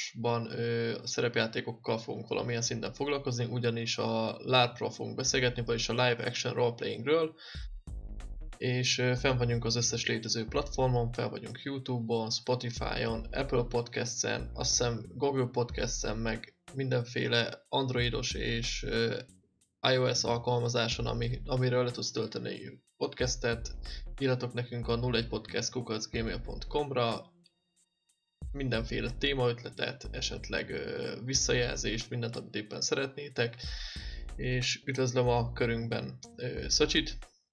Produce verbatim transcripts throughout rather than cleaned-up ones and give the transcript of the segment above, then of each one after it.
adásban ö, a szerepjátékokkal fogunk valamilyen szinten foglalkozni, ugyanis a lárpról fogunk beszélgetni, vagyis a Live Action Roleplayingről. És ö, fenn vagyunk az összes létező platformon, fel vagyunk YouTube-on, Spotify-on, Apple Podcasts-en, azt hiszem Google Podcasts-en, meg mindenféle androidos és ö, iOS alkalmazáson, ami, amiről le tudsz tölteni podcastet. Írjatok nekünk a nulla egy podcast kukac gmail pont com-ra mindenféle témaötletet, esetleg ö, visszajelzést, mindent, amit éppen szeretnétek. És üdvözlöm a körünkben ö, Szöcsit,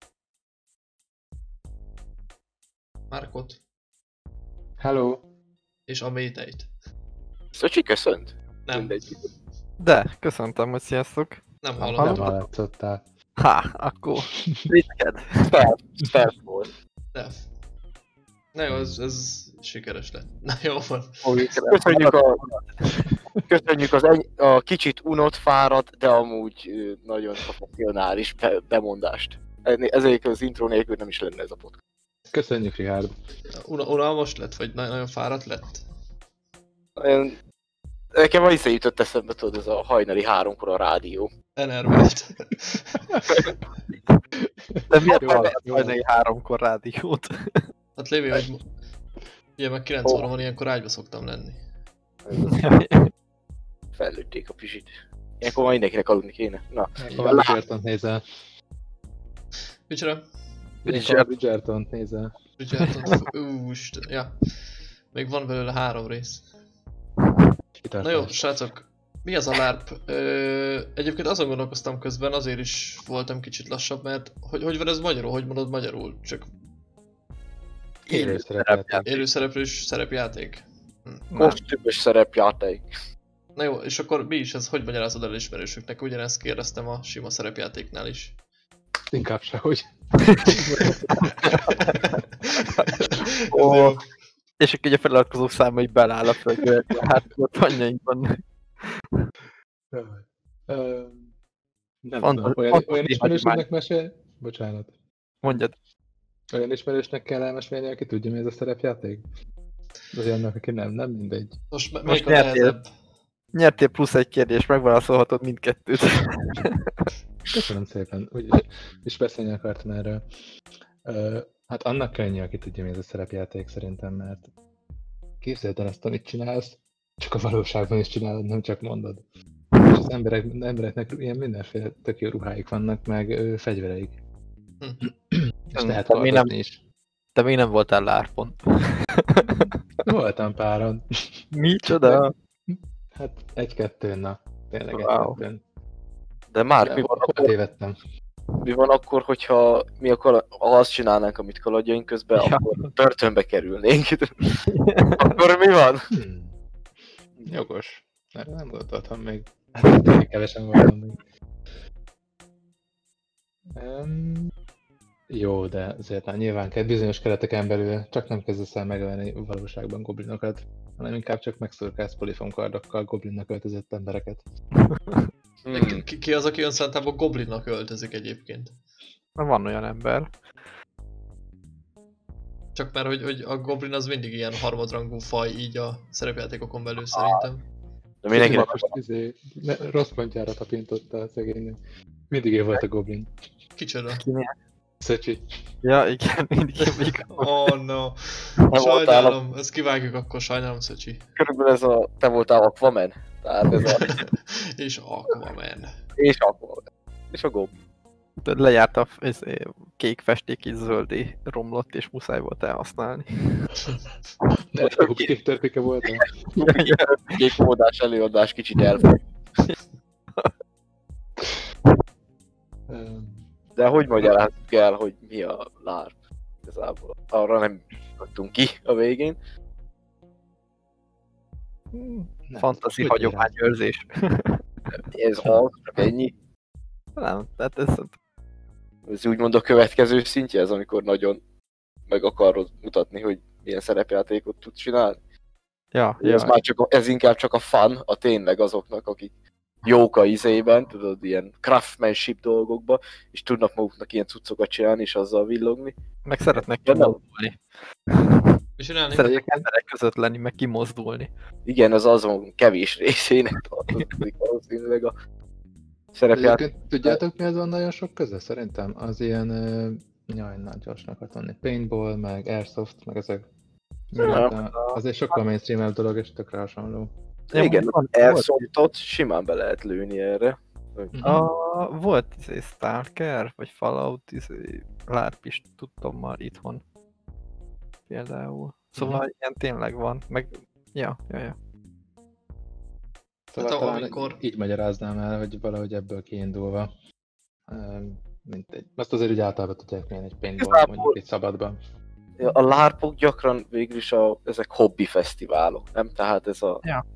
Márkot Hello! és a Méteit. Szöcsi köszönt? Nem, Mindegy. De, köszöntöm, hogy sziasztok. nem Nem hallottam. hallatszottál. Ha, akkor ritked. Fel, fel volt. Def. Na jó, ez, ez sikeres lett. Na jó van. Köszönjük a, köszönjük az eny, a kicsit unott fáradt, de amúgy ö, nagyon professzionális be, bemondást. Ezért az intro nélkül nem is lenne ez a podcast. Köszönjük, Richard. Una, unalmas lett, vagy na- nagyon fáradt lett? Olyan, nekem ma visszajutott eszembe, tudod, ez a hajnali háromkor a rádió. Enervált. De miért Jó, hallgatsz jó. hajnali háromkor rádiót? Hát lévén, hogy ugye meg kilenc óra van, ilyenkor ágyba szoktam lenni. Fellőtték a pisit. Ilyenkor már mindenkinek aludni kéne. Na, Akkor Bridgerton nézel. Micsoda? Akkor Bridgerton nézel. Bridgerton. Úst. Ja. Még van belőle három rész. Na jó, srácok. Mi az a lárp? Ö, egyébként azon gondolkoztam közben, azért is voltam kicsit lassabb, mert hogy, hogy van ez magyarul? Hogy mondod magyarul? Csak Élőszerepjáték. élőszereplős szerepjáték? Hm. kosztümös szerepjáték. Na jó, és akkor mi is ez? Hogy magyarázod el ismerősöknek? Ugyanezt kérdeztem a sima szerepjátéknál is. Inkább sehogy. Ó, és akkor ugye a feliratkozók száma így beláll a földbe, hát ott anyjainkban. Ö, Nem Fanta- tudom, olyan, fantasztikus olyan ismerősöknek hagyomány. mesél... Bocsánat. Mondjad. Olyan ismerősnek kell elmesélni, aki tudja, mi ez a szerepjáték? Az olyannak, aki nem, nem mindegy. Most, me- Most melyik a nyertél. nehezebb? Nyertél plusz egy kérdést, megválaszolhatod mindkettőt. Köszönöm szépen, úgyis is beszélni akartam erről. Ö, hát annak könnyű, aki tudja, mi ez a szerepjáték szerintem, mert képzeld el azt, amit csinálsz, csak a valóságban is csinálod, nem csak mondod. És az emberek, embereknek ilyen mindenféle tök jó ruháik vannak, meg ö, fegyvereik. Hm. És lehet De mi nem- hallgatni is. Te még nem voltál lárpon. Voltam páron. Micsoda? Hát egy-kettőn, na. Tényleg Wow. egy-kettőn. De már mi van, Hol akkor, tévedtem? mi van akkor, hogyha mi a kala, ha azt csinálnánk, amit kalandjaink közben, Ja. akkor börtönbe kerülnénk. Akkor mi van? Hmm. Jogos. Erre nem gondoltam még. Hát tényleg kevesen voltam még. Um, jó, de azért már nyilván kell bizonyos kereteken belül csak nem kezdesz el megölni valóságban goblinokat, hanem inkább csak megszurkálsz polifonkardokkal goblinnak öltözött embereket. Hmm. Ki, ki az, aki önszántából goblinnak öltözik egyébként? Na, van olyan ember. Csak mert, hogy, hogy a goblin az mindig ilyen harmadrangú faj így a szerepjátékokon belül szerintem. De mindenkinek Most izé, ne, rossz pontjára tapintotta a szegénynek. Mindig ő volt a goblin. Kicsoda? Kinél? Szöcsi. Ja, igen, mindig mindig. Oh no. voltál Sajnálom, ezt kivágjuk akkor, sajnálom Szöcsi. körülbelül ez a, te voltál Aquaman. Tehát ez a, És Aquaman. és Aquaman. És a gob. Lejárt a ez, eh, kék festék, így zöldé romlott, és muszáj volt elhasználni. Ne, a kék törpike voltam. Kék módás előadás kicsit elfogy. Um, De hogy magyarázzuk el, hogy mi a lárp? Igazából arra nem adtunk ki a végén. nem, Fantasy hogy hagyományőrzés. Ez az, ennyi. Nem, tehát ez Ez úgymond a következő szintje, ez amikor nagyon meg akarod mutatni, hogy milyen szerepjátékot tud csinálni. Ja, Ja. Ez ja. már csak a, ez inkább csak a fun, a tényleg azoknak, akik jóka izében, tudod, ilyen craftsmanship dolgokba, és tudnak maguknak ilyen cuccokat csinálni, és azzal villogni. Meg szeretnek Ja, nem. kimozdulni. És csinálni? Szeretnek emberek között lenni, meg kimozdulni. Igen, az azon kevés részének tartozik valószínűleg a szerepjáték. Egyébként tudjátok mi az van nagyon sok köze szerintem? Az ilyen, ö, jaj, na gyorsan akartam mondani, paintball, meg airsoft, meg ezek. Ja. Azért sokkal mainstream dolog, és tökre hasonló. Ja, Igen, van- Airsoftot simán be lehet lőni erre. A, volt izé Stalker, vagy Fallout, izé, lárp is tudtam már itthon. Például. Szóval Mhm. ilyen tényleg van, meg... Ja, ja, ja. Szóval Hát, talán amikor- így magyaráznám el, hogy valahogy ebből kiindulva, ö, mint egy, azt azért úgy általában tudják milyen egy paintball, Igazából- mondjuk egy szabadban. A lárpok gyakran végül is a, ezek hobbi fesztiválok, nem? Tehát ez a... Ja.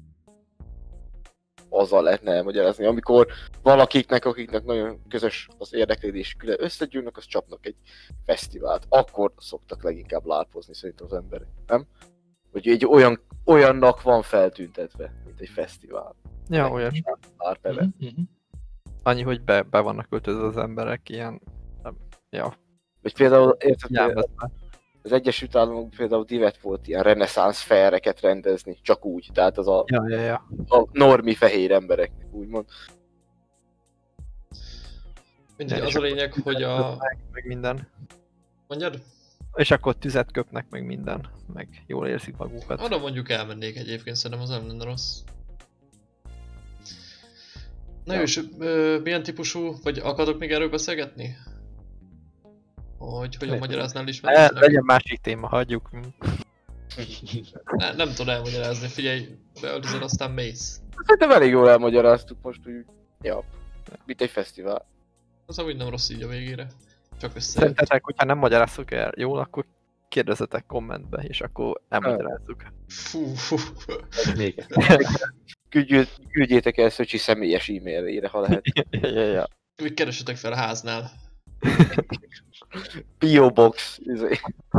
Azzal lehetne elmagyarázni, amikor valakiknek, akiknek nagyon közös az érdeklődés külön összegyűlnek, az csapnak egy fesztivált. Akkor szoktak leginkább lárpozni szerintem az emberek, nem? Hogy egy olyan, olyannak van feltüntetve, mint egy fesztivál. Ja, Meg- olyas. Lárp eve. Mhm. Annyi, hogy be, be vannak költözve az emberek ilyen... nem- Ja, Vagy például, érted, nyelvezve. az Egyesült Államok például divat volt ilyen reneszánsz faireket rendezni, csak úgy, tehát az a, Ja, ja, ja. a normi fehér embereknek, úgymond. Mindegy, Ja, az és a akkor lényeg, hogy a... Meg, meg minden. Mondjad? És akkor tüzet köpnek, meg minden. Meg jól érzik magukat. Arra mondjuk elmennék egyébként, szerintem az nem lenne rossz. Na jó, és ö, milyen típusú, vagy akarok még erről beszélgetni? Hogy hogyan Lehet. magyaráznál Ne, ismerősnek? legyen másik téma, hagyjuk. Ne, nem tudom elmagyarázni, figyelj, beöltözöl, aztán mész. Szerintem elég jól elmagyaráztuk most, hogy ja, mint egy fesztivál. Az amúgy nem rossz így a végére. Csak össze. Szerintetek, hogyha nem magyarázzuk el jól, akkor kérdezzetek kommentbe, és akkor elmagyarázzuk. Fú, fú. Még Küldjél, küldjétek el Szöcsi személyes e-mailére, ha lehet. ja, ja, ja. Még keresetek fel a háznál. P O Box. izé.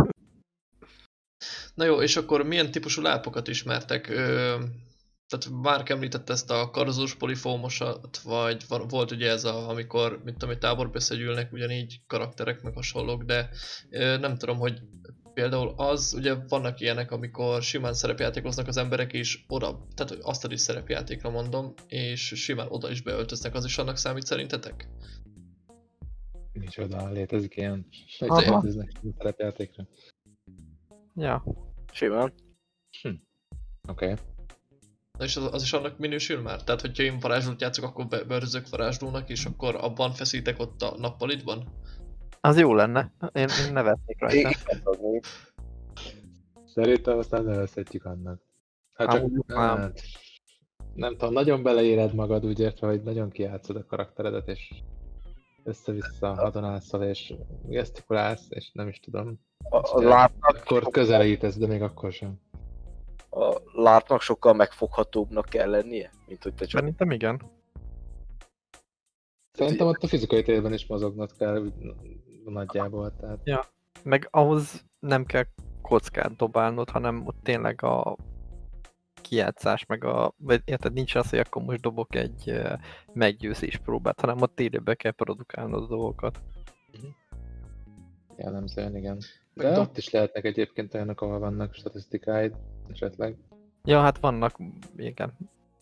Na jó, és akkor milyen típusú lápokat ismertek? Ö, tehát Márk említette ezt a karzós polifómosat, vagy va- volt ugye ez a, amikor, mint tudom, egy táborba összegyűlnek ugyanígy karakterek, meg hasonlók, de ö, nem tudom, hogy például az, ugye vannak ilyenek, amikor simán szerepjátékoznak az emberek, és oda, tehát azt is szerepjátékra mondom, és simán oda is beöltöznek, az is annak számít szerintetek? micsoda, létezik ilyen, hogy Aha. szerveznek szerepjátékra. Ja. Simán. Oké. Na és az, az is annak minősül már? Tehát, hogyha én varázslót játszok, akkor be, beőrzök varázslónak, és akkor abban feszítek ott a nappalitban? Az jó lenne. Én, én nevetnék rajta. Igen, Szerintem aztán nevezhetjük annak. Hát Amúgy csak, nem. hát, nem tudom, nagyon beleéred magad úgy értve, hogy nagyon kijátszod a karakteredet, és össze-vissza hadonászol, és gesztikulálsz, és nem is tudom. A, a lárpnak, Akkor közelítesz, de még akkor sem. a lárpnak sokkal megfoghatóbbnak kell lennie, mint hogy te csak... Szerintem igen. Szerintem ott a fizikai térben is mozognod kell, úgy nagyjából, tehát... Meg ahhoz nem kell kockát dobálnod, hanem ott tényleg a kijátszás, meg a... vagy érted, nincs az, hogy akkor most dobok egy eh, meggyőzés próbát, hanem ott tényleg kell produkálnod a dolgokat. Jellemzően, igen. Meg De dob- ott is lehetnek egyébként olyanok, ahol vannak statisztikáid, esetleg. Ja, hát vannak, igen.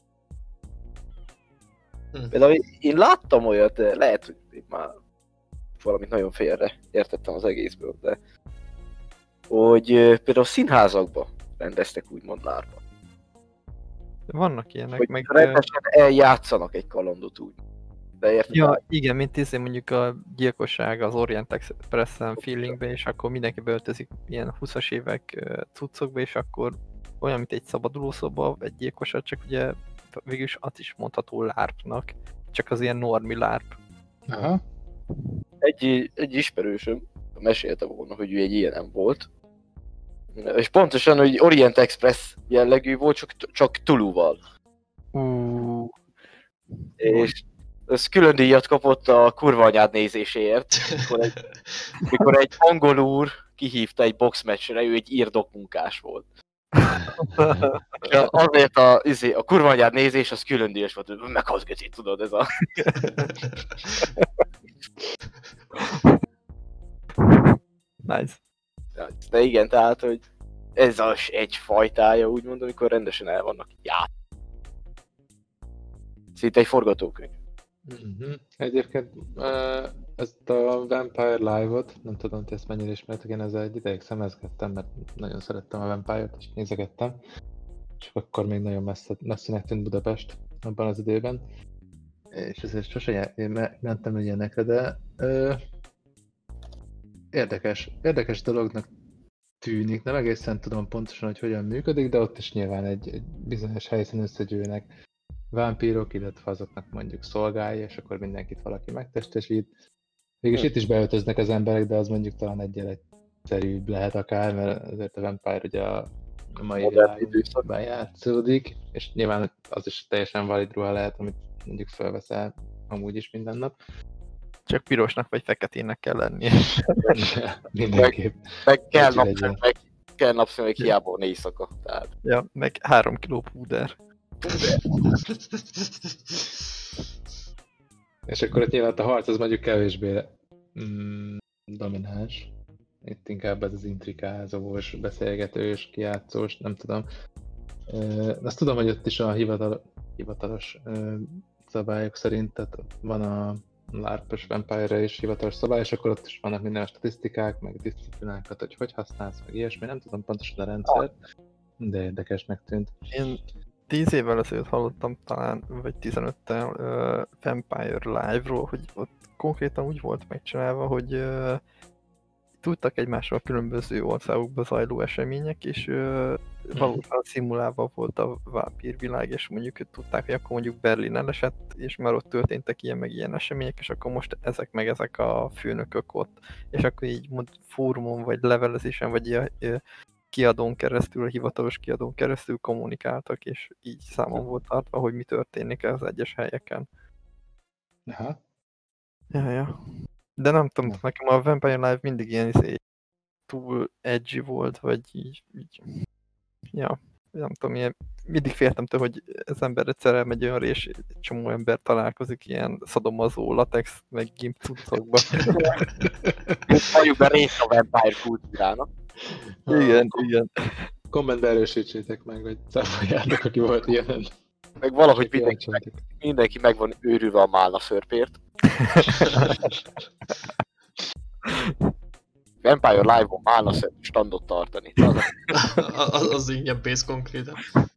Például én láttam olyat, de lehet, hogy én már valamit nagyon félre értettem az egészből, de hogy ö, például színházakba rendeztek úgymond lárba. Vannak ilyenek, Hogy meg... eh, rendesen eljátszanak egy kalandot úgy. De érted? Ja, igen, mint izé mondjuk a gyilkosság az Orient Express-en feelingbe, és akkor mindenki beöltözik ilyen húszas évek ö, cuccokba, és akkor olyan, mint egy szabadulószoba, egy gyilkosat, csak ugye végülis azt is mondható lárpnak, csak az ilyen normi lárp. Aha. Egy, egy ismerősöm mesélte volna, hogy ő egy ilyenem volt. És pontosan, hogy Orient Express jellegű volt, csak, csak Tuluval. Uh, És ez külön díjat kapott a kurva anyád nézéséért, mikor egy, mikor egy angol úr kihívta egy boxmeccsre, ő egy írdok munkás volt. Ja, azért a, izé, a kurva anyád nézés az külön díjas volt, meghalsz geci, tudod, ez a... Nice. De igen, tehát, hogy ez az egy fajtája, úgymond, amikor rendesen el vannak ját. Szinte egy forgatókönyv. Uh-huh. Egyébként uh, ezt a Vampire Live-ot, nem tudom, hogy ezt mennyire ismertek, én ezzel egy ideig szemezgettem, mert nagyon szerettem a Vampire-t, és nézegettem. És akkor még nagyon messze, messzinek tűnt Budapest abban az időben. És ezért sose mentem ilyenekre, de uh, érdekes, érdekes dolognak tűnik. Nem egészen tudom pontosan, hogy hogyan működik, de ott is nyilván egy, egy bizonyos helyszín összegyűlnek vámpírok, illetve azoknak mondjuk szolgálja, és akkor mindenkit valaki megtestesít. Végülis itt is beöltöznek az emberek, de az mondjuk talán egyel egyszerűbb lehet akár, mert azért a Vampire ugye a mai világban játszódik, és nyilván az is teljesen valid ruha lehet, amit mondjuk felveszel amúgy is minden nap. Csak pirosnak vagy feketének kell lennie. Mindenképp. Meg kell napszemüveg, meg kell napszemüveg, hiába van éjszaka. Tehát. Ja, meg három kiló púder. És akkor ott nyilván a harc az mondjuk kevésbé mm, domináns. Itt inkább ez az intrikázós, beszélgetős, kijátszós, nem tudom. E, azt tudom, hogy ott is a hivatal, hivatalos e, szabályok szerint, tehát van a LARP-os Vampire-re is hivatalos szabály, és akkor ott is vannak minden statisztikák, meg disziplinákat, hogy hogy használsz, meg ilyesmi, nem tudom pontosan a rendszert, de érdekesnek tűnt. Én tíz évvel ezelőtt hallottam talán, vagy tizenöttel uh, Vampire Live-ról, hogy ott konkrétan úgy volt megcsinálva, hogy uh, tudtak egymásról különböző országokba zajló események, és uh, valóban szimulálva volt a vámpírvilág, és mondjuk tudták, hogy akkor mondjuk Berlin elesett, és már ott történtek ilyen meg ilyen események, és akkor most ezek meg ezek a főnökök ott, és akkor így mond fórumon, vagy levelezésen, vagy ilyen uh, kiadón keresztül, a hivatalos kiadón keresztül kommunikáltak, és így számon volt tartva, hogy mi történik az egyes helyeken. Aha. Ja, ja. De nem tudom, nekem a Vampire Live mindig ilyen izé, túl edgy volt, vagy így, így. Ja, nem tudom, ilyen, mindig féltem tőle, hogy az ember egyszer elmegy olyan és egy csomó ember találkozik ilyen szadomazó, latex, meg gimp cuccokba. Halljuk be részt a Vampire kultúrának. Igen, igen. Kommentbe erősítsétek meg, hogy számoljátok, aki volt ilyen. Meg valahogy mindenki, meg, mindenki meg van őrülve a málna szörpért. Vampire Live-on málna szörp standot tartani. Az, az, az ingyen pénz konkrétan.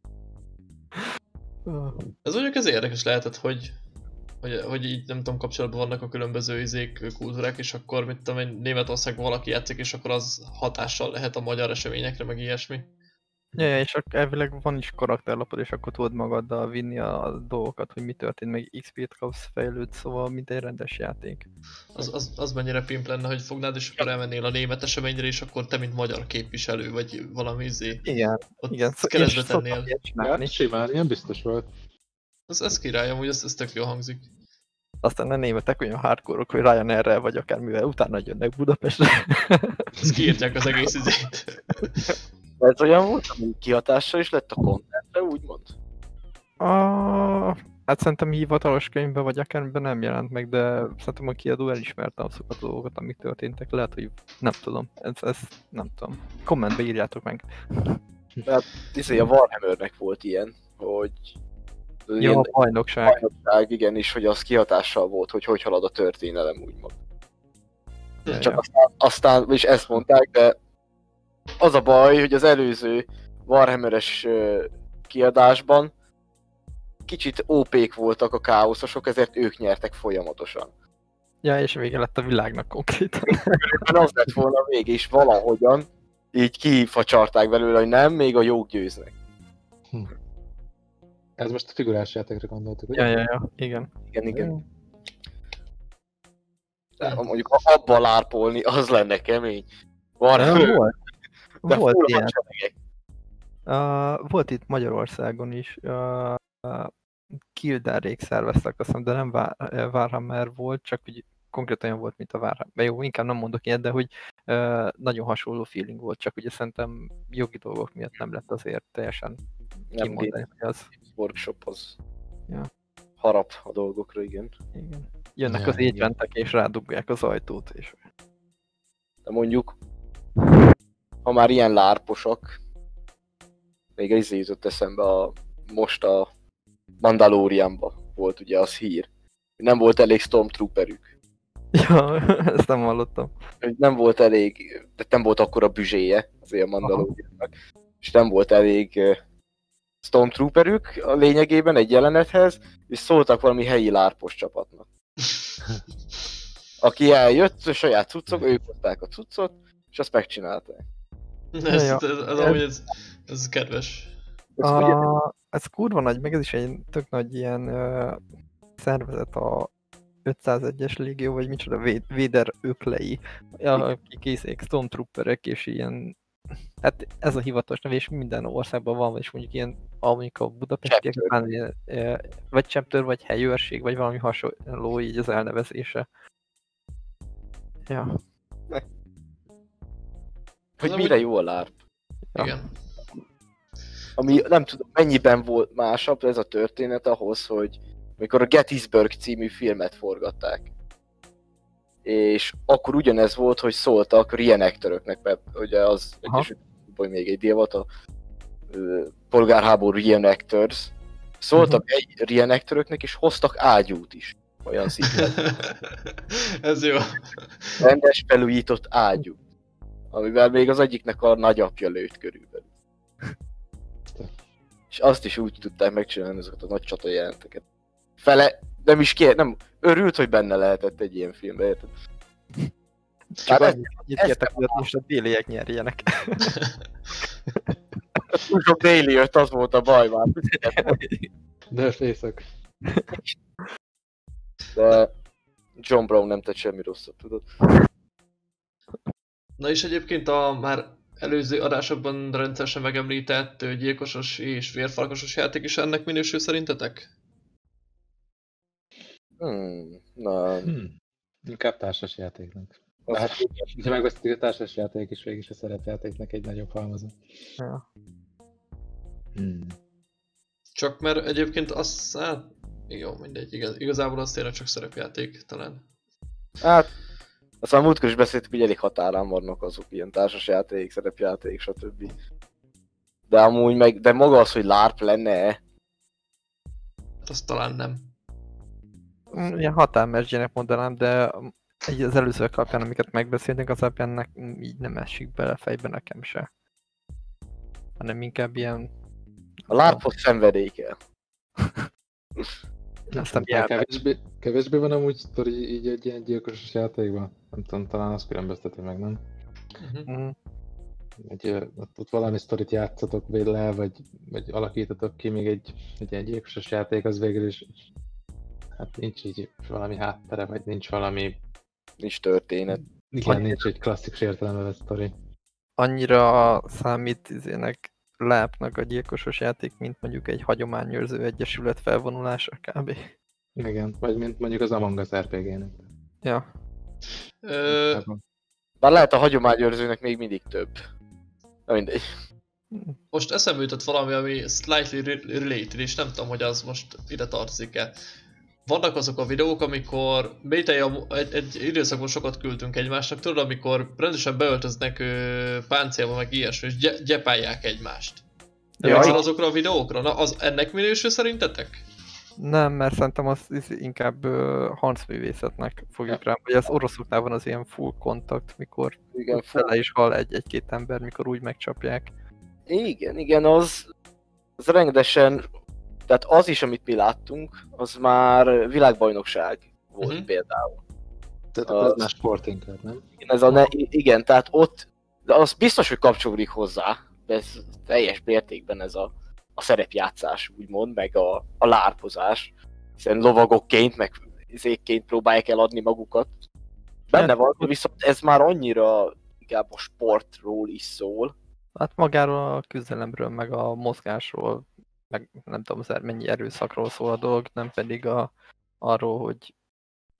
Ez mondjuk ez érdekes lehetett, hogy, hogy, hogy így nem tudom, kapcsolatban vannak a különböző izék, kultúrák, és akkor mit tudom én, Németországban valaki játszik, és akkor az hatással lehet a magyar eseményekre, meg ilyesmi. Ja, ja, és akkor elvileg van is karakterlapod, és akkor tudod magaddal vinni a dolgokat, hogy mi történt, meg iksz pét kapsz, fejlőd, szóval mint egy rendes játék. Az, az, az mennyire pimp lenne, hogy fognád, és akkor elmennél a német eseményre, és akkor te, mint magyar képviselő, vagy valami izé. Igen, ott igen. keresztbe tennél. Ja, simán, ilyen biztos volt. Ez, ez király, amúgy ez, ez tök jól hangzik. Aztán a németek olyan hardcore-ok, hogy Ryanair-rel vagy akármivel utána jönnek Budapestre. Ezt kiírtják az egész izét. Ez olyan volt, ami kihatással is lett a contentre, úgymond? A... Hát szerintem hivatalos könyvben vagy akármiben nem jelent meg, de szerintem a kiadó elismerte azokat a dolgokat, amik történtek. Lehet, hogy nem tudom. Ez, ez nem tudom. Kommentbe írjátok meg. Mert izé, a Warhammernek volt ilyen, hogy... Ja, ilyen a bajnokság. bajnokság, igen, is, hogy az kihatással volt, hogy hogy halad a történelem, úgymond. Ja, Csak ja. aztán, aztán is ezt mondták, de az a baj, hogy az előző Warhammeres uh, kiadásban kicsit ó pék voltak a káoszosok, ezért ők nyertek folyamatosan. Ja, és vége lett a világnak konkrétan. Az lett volna a vége is valahogyan, így kifacsarták belőle, hogy nem, még a jók győznek. Hm. Ez most a figurás játékra gondoltuk, ugye? Ja, ja, ja, igen. Igen, igen. De mondjuk abba lárpolni, az lenne kemény. Warhammer, Volt, de volt full ilyen. hadseregek. Uh, volt itt Magyarországon is. Uh, uh, Kildárék szerveztek, azt hiszem, de nem Vár- Warhammer volt, csak úgy konkrétan olyan volt, mint a Várhában. Jó, inkább nem mondok ilyet, de hogy uh, nagyon hasonló feeling volt, csak ugye szerintem jogi dolgok miatt nem lett azért teljesen Nem kimondani, hogy az... workshop az Ja. harap a dolgokra, igen. Igen. Jönnek Ja, az igen. agentek és rádugják az ajtót, és... De mondjuk, ha már ilyen lárposak, még ez jutott eszembe a, most a Mandalorianba volt ugye az hír, hogy nem volt elég Stormtrooperük. Ja, ezt nem hallottam. Hogy nem volt elég, de nem volt akkora büzséje azért a Mandaloriannak, és nem volt elég uh, Stormtrooperük a lényegében egy jelenethez, és szóltak valami helyi lárpos csapatnak. Aki eljött, a saját cuccok, ők hozták a cuccot, és azt megcsinálták. Ez, Ja, ez, ez, ez, amúgy ez, ez kedves. Ez ugye, A, ez kurva nagy, meg ez is egy tök nagy ilyen ö, szervezet, a ötszázegyes légió, vagy micsoda, Vé- Véder öklei, akik észék Stormtrooperek, és ilyen, hát ez a hivatalos neve, és minden országban van, és mondjuk ilyen, amik a budapestiek, Chapter. ilyen, ö, vagy chapter, vagy helyőrség, vagy valami hasonló így az elnevezése. Ja. hogy Az mire amúgy- jó a lárp. Ja. Igen. Ami nem tudom, mennyiben volt másabb ez a történet ahhoz, hogy amikor a Gettysburg című filmet forgatták. És akkor ugyanez volt, hogy szóltak reenactoröknek, mert ugye az Aha. Egyesült Államokban még egy dél volt a ö, polgárháború reenactors. Szóltak Mhm. egy reenactoröknek és hoztak ágyút is. Olyan szinten. Ez jó. Rendes felújított ágyú. Amivel még az egyiknek a nagyapja lőtt körülbelül. És azt is úgy tudták megcsinálni ezeket a nagy csata jelenteket. Fele nem is kér, nem örült, hogy benne lehetett egy ilyen filmbe, érted? Csak Hát ez- annyit annyit ez- kértek, hogy most a déliek nyerjenek. Túl sok déli jött, az volt a baj már. Nerf éjszak. De John Brown nem tett semmi rosszat, tudod? Na és egyébként a már előző adásokban rendszeresen megemlített ö, gyilkosos és vérfarkasos játék is ennek minősül szerintetek? Hmm, na, Hmm. Inkább társas játéknak. az, De hát, ha megbeszéljük, a társas játék is végig is a szerepjátéknak egy nagyobb halmaza. Ja. Hmm. Csak mert egyébként az, hát, jó, mindegy, igaz, igazából az tényleg csak szerepjáték talán. hát, aztán múltkor is beszéltük, hogy elég határán vannak azok ilyen társasjáték, szerepjáték, stb. De amúgy meg, de maga az, hogy lárp lenne, Hát az talán nem. Mm, Ilyen határmesdjének mondanám, de egy az előzőek alapján, amiket megbeszéltünk, az alapján nek, így nem esik bele fejbe nekem se. Hanem inkább ilyen... a lárpot szenvedély kell. Aztán Már jár. kevésbé, kevésbé van amúgy sztori így egy ilyen gyilkosos játékban? Nem tudom, talán azt különbözteti meg, nem? Uh-huh. Mm, Hogy ö, ott, ott valami sztorit játszatok le, vagy, vagy alakítatok ki, még egy, egy ilyen gyilkosos játék, az végül is hát nincs így valami háttere, vagy nincs valami, Nincs történet. igen, nincs egy klasszikus értelembe vett sztori. annyira számít izének lápnak a gyilkosos játék, mint mondjuk egy hagyományőrző egyesület felvonulása kb. Igen, vagy mint mondjuk az Among Us er pé gé-nek. Ja. Ö, Bár lehet a hagyományőrzőnek még mindig több. Na mindegy. most eszembe jutott valami, ami slightly re- related, és nem tudom, hogy az most ide tartozik-e. Vannak azok a videók, amikor Bétei egy, egy időszakban sokat küldtünk egymásnak, tudod, amikor rendesen beöltöznek ö, páncélba, meg ilyesmi, és gy- gyepálják egymást. Emlékszel Jaj. azokra a videókra? Na, az ennek minősül szerintetek? Nem, mert szerintem az iz- inkább uh, harcművészetnek fogjuk rá, vagy az oroszoknál van az ilyen full kontakt, mikor Igen, fele is hal egy- egy-két ember, mikor úgy megcsapják. Igen, igen, az, az rendesen, tehát az is, amit mi láttunk, az már világbajnokság volt Mhm. például. Tehát akkor ez Az- már sport inkább, nem? Igen, ez a ne, igen, tehát ott, de az biztos, hogy kapcsolódik hozzá, de ez teljes mértékben ez a, a szerepjátszás, úgymond, meg a, a lárpozás, hiszen lovagokként, meg izékként próbálják eladni magukat. Benne van, de viszont ez már annyira inkább a sportról is szól. Hát magáról a küzdelemről, meg a mozgásról, meg nem tudom, az er- mennyi erőszakról szól a dolog, nem pedig a, arról, hogy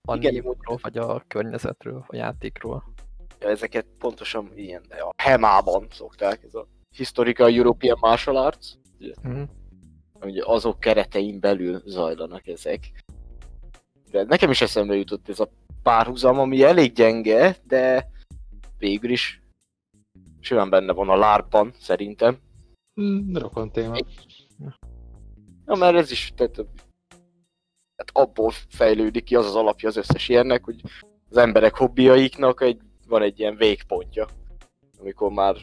a Igen, névről, vagy a környezetről, a játékról. Ja, ezeket pontosan ilyen, a hemában szokták, ez a Historical European Martial Arts. Mm. Ugye azok keretein belül zajlanak ezek. De nekem is eszembe jutott ez a párhuzam, ami elég gyenge, de végül is simán benne van a lárban, szerintem. Mm, rokon téma. Ja, mert ez is, tehát, tehát abból fejlődik ki az az alapja az összes ilyennek, hogy az emberek hobbiaiknak egy, van egy ilyen végpontja, amikor már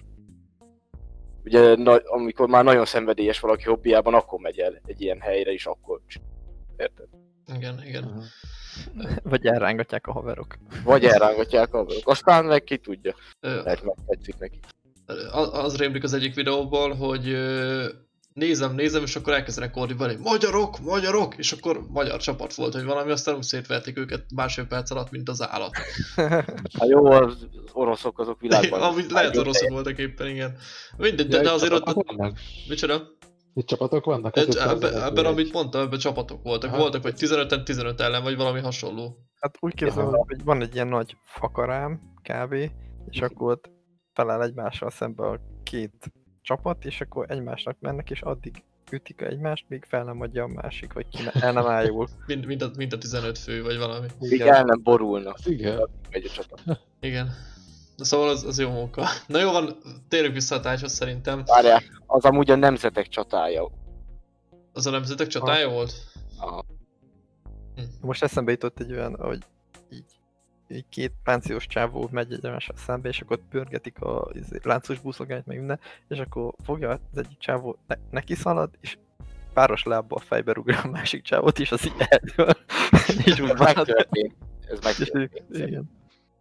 ugye, na, amikor már nagyon szenvedélyes valaki hobbiában, akkor megy el egy ilyen helyre, és akkor érted? Igen, igen. Aha. Vagy elrángatják a haverok. Vagy elrángatják a haverok, aztán meg ki tudja, Ö, lehet megtetszik neki. az az rémlik az egyik videóból, hogy ö, nézem, nézem, és akkor elkezdenek ordítani, magyarok, magyarok, és akkor magyar csapat volt, hogy valami, aztán úgy szétverték őket másfél perc alatt, mint az állat. Hát jó, az oroszok azok világban. Amit lehet oroszok voltak éppen, igen. Mindegy, de, de azért ott... Csapatok vannak? Micsoda? Itt csapatok vannak? Az Ebben, ötven ebben, ebben amit mondtam, ebben csapatok voltak. Aha. Voltak vagy tizenöten tizenöt ellen, vagy valami hasonló. Hát úgy képzelem, hogy van egy ilyen nagy fakarám, kb. És akkor ott feláll egymással szembe a két csapat, és akkor egymásnak mennek, és addig ütik egymást, míg fel nem adja a másik, vagy ki ne, el nem ájul. Mind, mind, a, mind a tizenöt fő, vagy valami. Még el nem borulnak. Igen. Megy a csapat. Igen. De szóval az, az jó munka. Na jó van, térjünk vissza a tájhoz szerintem. Várjál, az amúgy a nemzetek csatája. Az a nemzetek csatája volt? Aha. Most eszembe jutott egy olyan, hogy így, így két páncélos csávó megy egymással szembe, és akkor ott pörgetik a izé, láncos buszogányt, meg minden, és akkor fogja az egyik csávó, ne, neki szalad, és páros lábbal fejbe rúgja a másik csávót, és az így eltől. És úgy Ez marad. megtörtént. Ez És megtörtént. igen.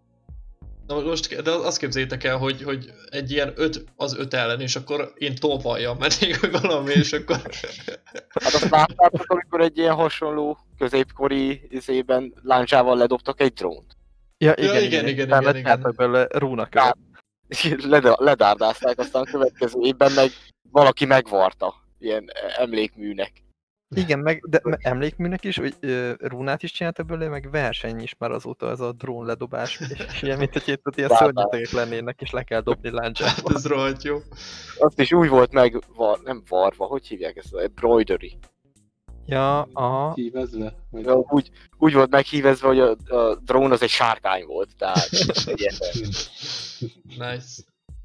Na most, de azt képzeljétek el, hogy, hogy egy ilyen öt az öt ellen, és akkor én tolvajjal mennék, vagy valami, és akkor... Hát azt láttátok, amikor egy ilyen hasonló középkori izében láncsával ledobtak egy drónt. Ja, Ja, igen, igen, igen, Utána igen, csináltak igen. belőle rúnakövet. Led- ledárdázták, aztán a következő évben meg valaki megvarta ilyen emlékműnek. Igen, meg, de me- emlékműnek is, hogy ö, rúnát is csináltak belőle, meg verseny is már azóta ez a drón ledobás, és, és ilyen, mint hogy itt ott ilyen Várvár. szörnyetegek lennének, és le kell dobni Hát láncsába. ez rohadt jó. Azt is úgy volt meg, var, nem varva, hogy hívják ezt? Embroidery. Ja, aha. Hívezve? Vagy... Ja, úgy, úgy volt meghívezve, hogy a, a drón az egy sárkány volt, tehát egy ilyen. Nice.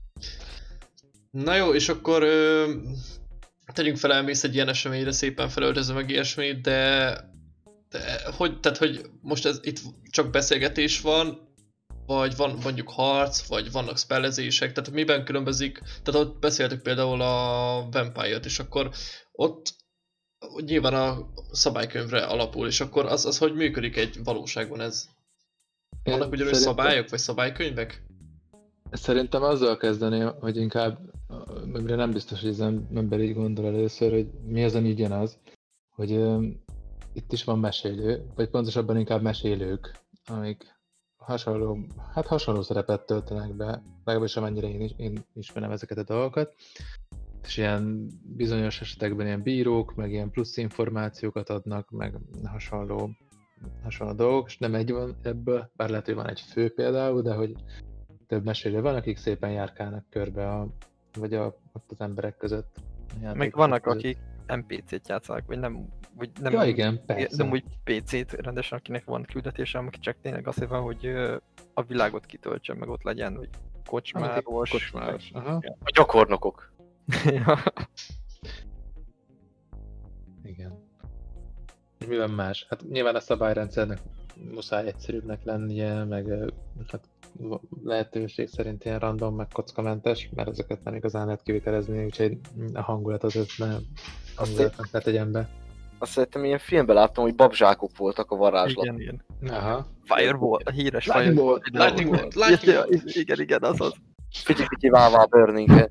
Na jó, és akkor ö, tegyünk fel, elmész egy ilyen eseményre, szépen felöltözve meg ilyesmit, de, de hogy, tehát hogy most ez itt csak beszélgetés van, vagy van mondjuk harc, vagy vannak spellezések, tehát miben különbözik, tehát ott beszéltük például a Vampire-t, és akkor ott nyilván a szabálykönyvre alapul, és akkor az, az hogy működik egy valóságban ez? Vannak ugyanúgy Szerintem- szabályok, vagy szabálykönyvek? Szerintem azzal kezdeném, hogy inkább, amire nem biztos, hogy az ember így gondol először, hogy mi az, ami ugyanaz, hogy um, itt is van mesélő, vagy pontosabban inkább mesélők, amik hasonló, hát hasonló szerepet töltenek be, legalábbis amennyire én, is, én ismerem ezeket a dolgokat, és ilyen bizonyos esetekben ilyen bírók, meg ilyen plusz információkat adnak, meg hasonló, hasonló dolgok, és nem egy van ebből, bár lehet, hogy van egy fő például, de hogy több mesélő van, akik szépen járkálnak körbe, a, vagy a, ott az emberek között. Meg vannak, akik en pé cét játszanak, vagy nem, vagy nem, Ja, igen, persze. nem úgy pé cét rendesen, akinek van küldetése, aki csak tényleg azért van, hogy ö, a világot kitöltse, meg ott legyen, hogy kocsmáros. Kocsmáros, aha. A gyakornokok. Ja. Igen. És mi van más? Hát nyilván a szabályrendszernek muszáj egyszerűbbnek lennie, meg ö, hát lehetőség szerint ilyen random, meg kockamentes, mert ezeket nem igazán lehet kivitelezni, úgyhogy a hangulatot ez nem hangulatnak ne tegyen be. Azt szerintem ilyen filmben láttam, hogy babzsákok voltak a varázslat. Igen, igen. Aha. Fireball, a híres Lightning Fireball. bolt, Lightning bolt, lightning Ja, bolt. igen, igen, az az. Fityi-fityi vává Burning.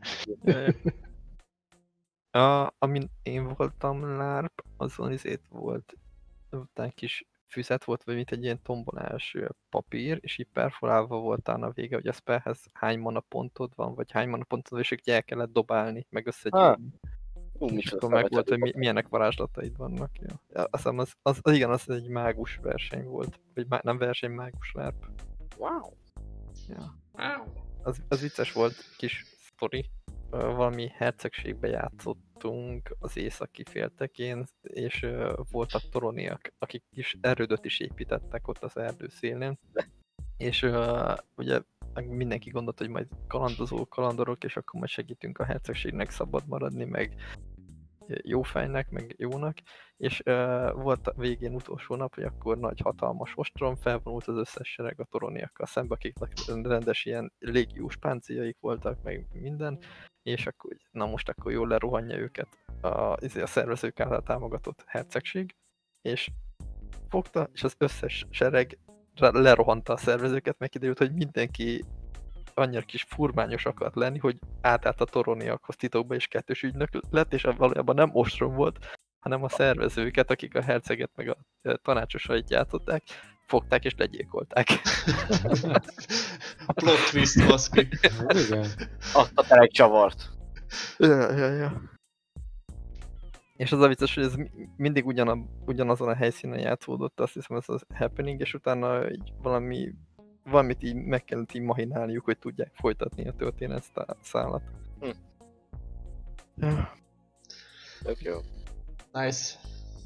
A, amin én voltam lárp, azon izét volt, utána kis füzet volt, vagy mint egy ilyen tombolás ö, papír, és így perforálva voltál a vége, hogy a spellhez hány mana pontod van, vagy hány mana pontod van, és így el kellett dobálni, meg összegyűjteni. Ú, És micsoda akkor meg volt, hogy mi, felvetető. milyenek varázslataid vannak. Ja. Ja, azt hiszem, az, az, az, igen, az egy mágus verseny volt. Vagy má, nem verseny, mágus lárp. Wow. Ja. Wow. Az, az vicces volt, kis sztori. Ö, Valami hercegségbe játszottunk az északi féltekén, és ö, voltak toroniak, akik kis erődöt is építettek ott az erdő szélén. És ö, ugye mindenki gondolta, hogy majd kalandozó kalandorok, és akkor majd segítünk a hercegségnek szabad maradni, meg jó fejnek, meg jónak, és uh, volt a végén utolsó nap, hogy akkor nagy hatalmas ostrom, felvonult az összes sereg a toroniakkal szembe, akiknek rendes ilyen légiós páncéljaik voltak, meg minden, és akkor, na most akkor jól lerohanja őket a, a szervezők által támogatott hercegség, és fogta, és az összes sereg lerohanta a szervezőket, meg kiderült, hogy mindenki annyira kis furmányos akart lenni, hogy átállt a toroniakhoz titokba, és kettős ügynök lett, és valójában nem ostrom volt, hanem a szervezőket, akik a herceget meg a tanácsosait játszották, fogták és legyilkolták. Plot twist, baszki. Igen. Azt a telek csavart. Ja, ja, ja. És az a vicces, hogy ez mindig ugyanab, ugyanazon a helyszínen játszódott, azt hiszem ez az happening, és utána így valami valamit így meg kellett így machinálniuk, hogy tudják folytatni a történet szállat. Hm. Ja. Tök jó. Nice.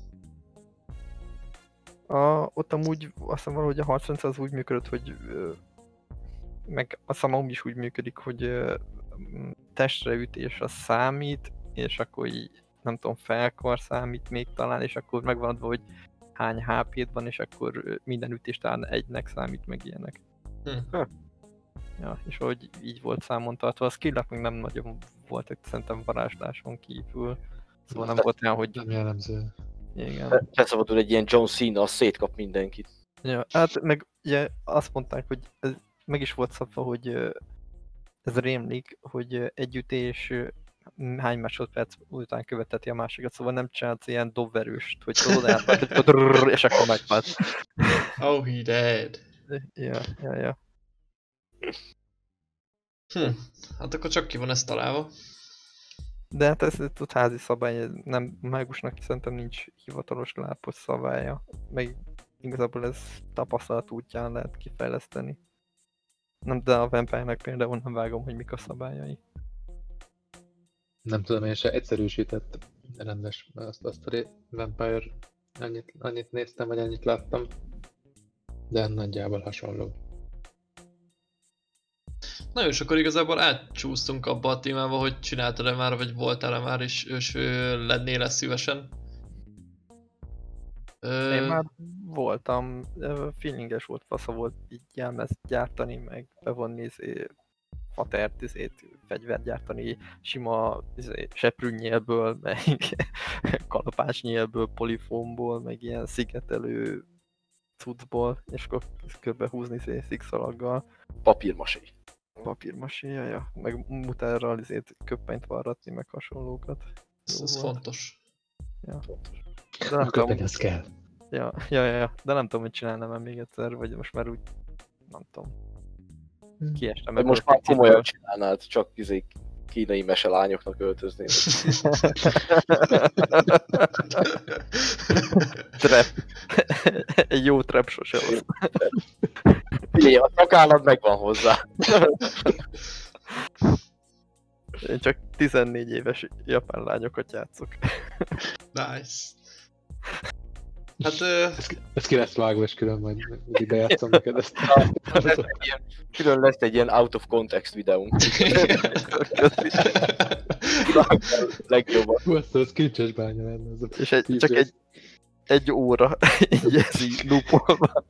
A, ott amúgy azt hiszem valahogy a harcrendszer az úgy működött, hogy ö, meg azt hiszem amúgy is úgy működik, hogy ö, testre ütés az számít, és akkor így nem tudom, felkar számít még talán, és akkor megvan adva, hogy hány há pé-d van, és akkor minden ütés talán egynek számít, meg ilyenek. Hm. Ja, és hogy így volt számon tartva, a skillek még nem nagyon voltak szerintem varázsláson kívül. Szóval nem volt olyan, hogy... Nem jellemző. Igen. Felszabadul egy ilyen John Cena, az szétkap mindenkit. Ja, hát meg ugye azt mondták, hogy ez meg is volt szabva, hogy ez rémlik, hogy egy ütés hány másodperc után követeti a másikat, szóval nem csinálsz ilyen dobverőst, hogy tudod elpart, és akkor megpart. Oh, he dead. Ja, ja, ja. Hm. Hát akkor csak ki van ezt találva. De hát ez tud házi szabály, nem, mágusnak szerintem nincs hivatalos lápos szabálya, meg igazából ez tapasztalat útján lehet kifejleszteni. Nem, de a Vampire-nek például nem vágom, hogy mik a szabályai. Nem tudom, én se egyszerűsített rendes azt, azt a Vampire, annyit, annyit néztem, vagy annyit láttam, de nagyjából hasonló. Na jó, és akkor igazából átcsúsztunk abba a témába, hogy csináltad-e már, vagy voltál-e már, és, és lennél-e szívesen? Ö... Én már voltam, feelinges volt, fasza volt így jelmezt gyártani, meg bevonni izé, fatert, izét, fegyvert gyártani, sima izé, seprűnyélből, meg kalapácsnyélből, polifómból, meg ilyen szigetelő cuccból, és akkor körbe húzni izé, szikszalaggal. Papírmasé. Papírmaséja, meg mutárral izét köppenyt varratni, meg hasonlókat. Ez, Jó ez volt. fontos. Ja. Fontos. De nem tudom, Köpeny, az kell. ja, ja, ja, ja, de nem tudom, hogy csinálnám még egyszer, vagy most már úgy, nem tudom. Kiestem De ebből most a már picitből. komolyan csinálnád, csak izé kínai meselányoknak öltöznél. Trap. Egy jó trap sose az. Figyelj, a szakállat megvan hozzá. Én csak tizennégy éves japán lányokat játszok. Nice. Hát... Ö... Ez, ez ki lesz vágva, és külön majd mindig bejátszom neked ezt. Lesz egy ilyen, külön lesz egy ilyen out of context videónk. Legjobban. Hú, azt az kincses bánya lenne. Ez a És egy, tíz csak rész. egy, egy óra így ez így loopolva.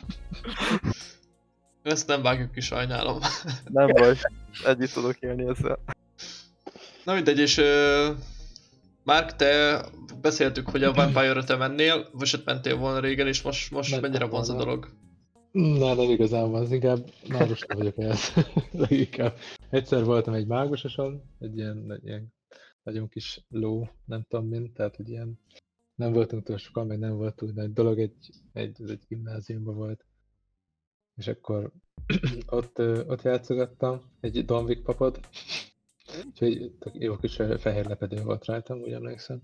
Ezt nem vágjuk ki, sajnálom. Nem baj, együtt tudok élni ezzel. Na mindegy, és... Ö... Márk, te beszéltük, hogy a Vampire-ra te mennél, vagy ott mentél volna régen, és most, most Mentem mennyire vonz a volna. dolog? Na, nem igazán van, az inkább mágusra vagyok ehhez. Leginkább. Egyszer voltam egy mágusoson, egy ilyen, egy ilyen nagyon kis ló, nem tudom mint, tehát hogy ilyen nem voltunk túl sokan, meg nem volt túl nagy dolog, egy, egy, egy gimnáziumban volt. És akkor ott, ott játszogattam, egy Donvik papot, Úgyhogy tök jó kis fehér lepedő volt rajtam, úgy emlékszem.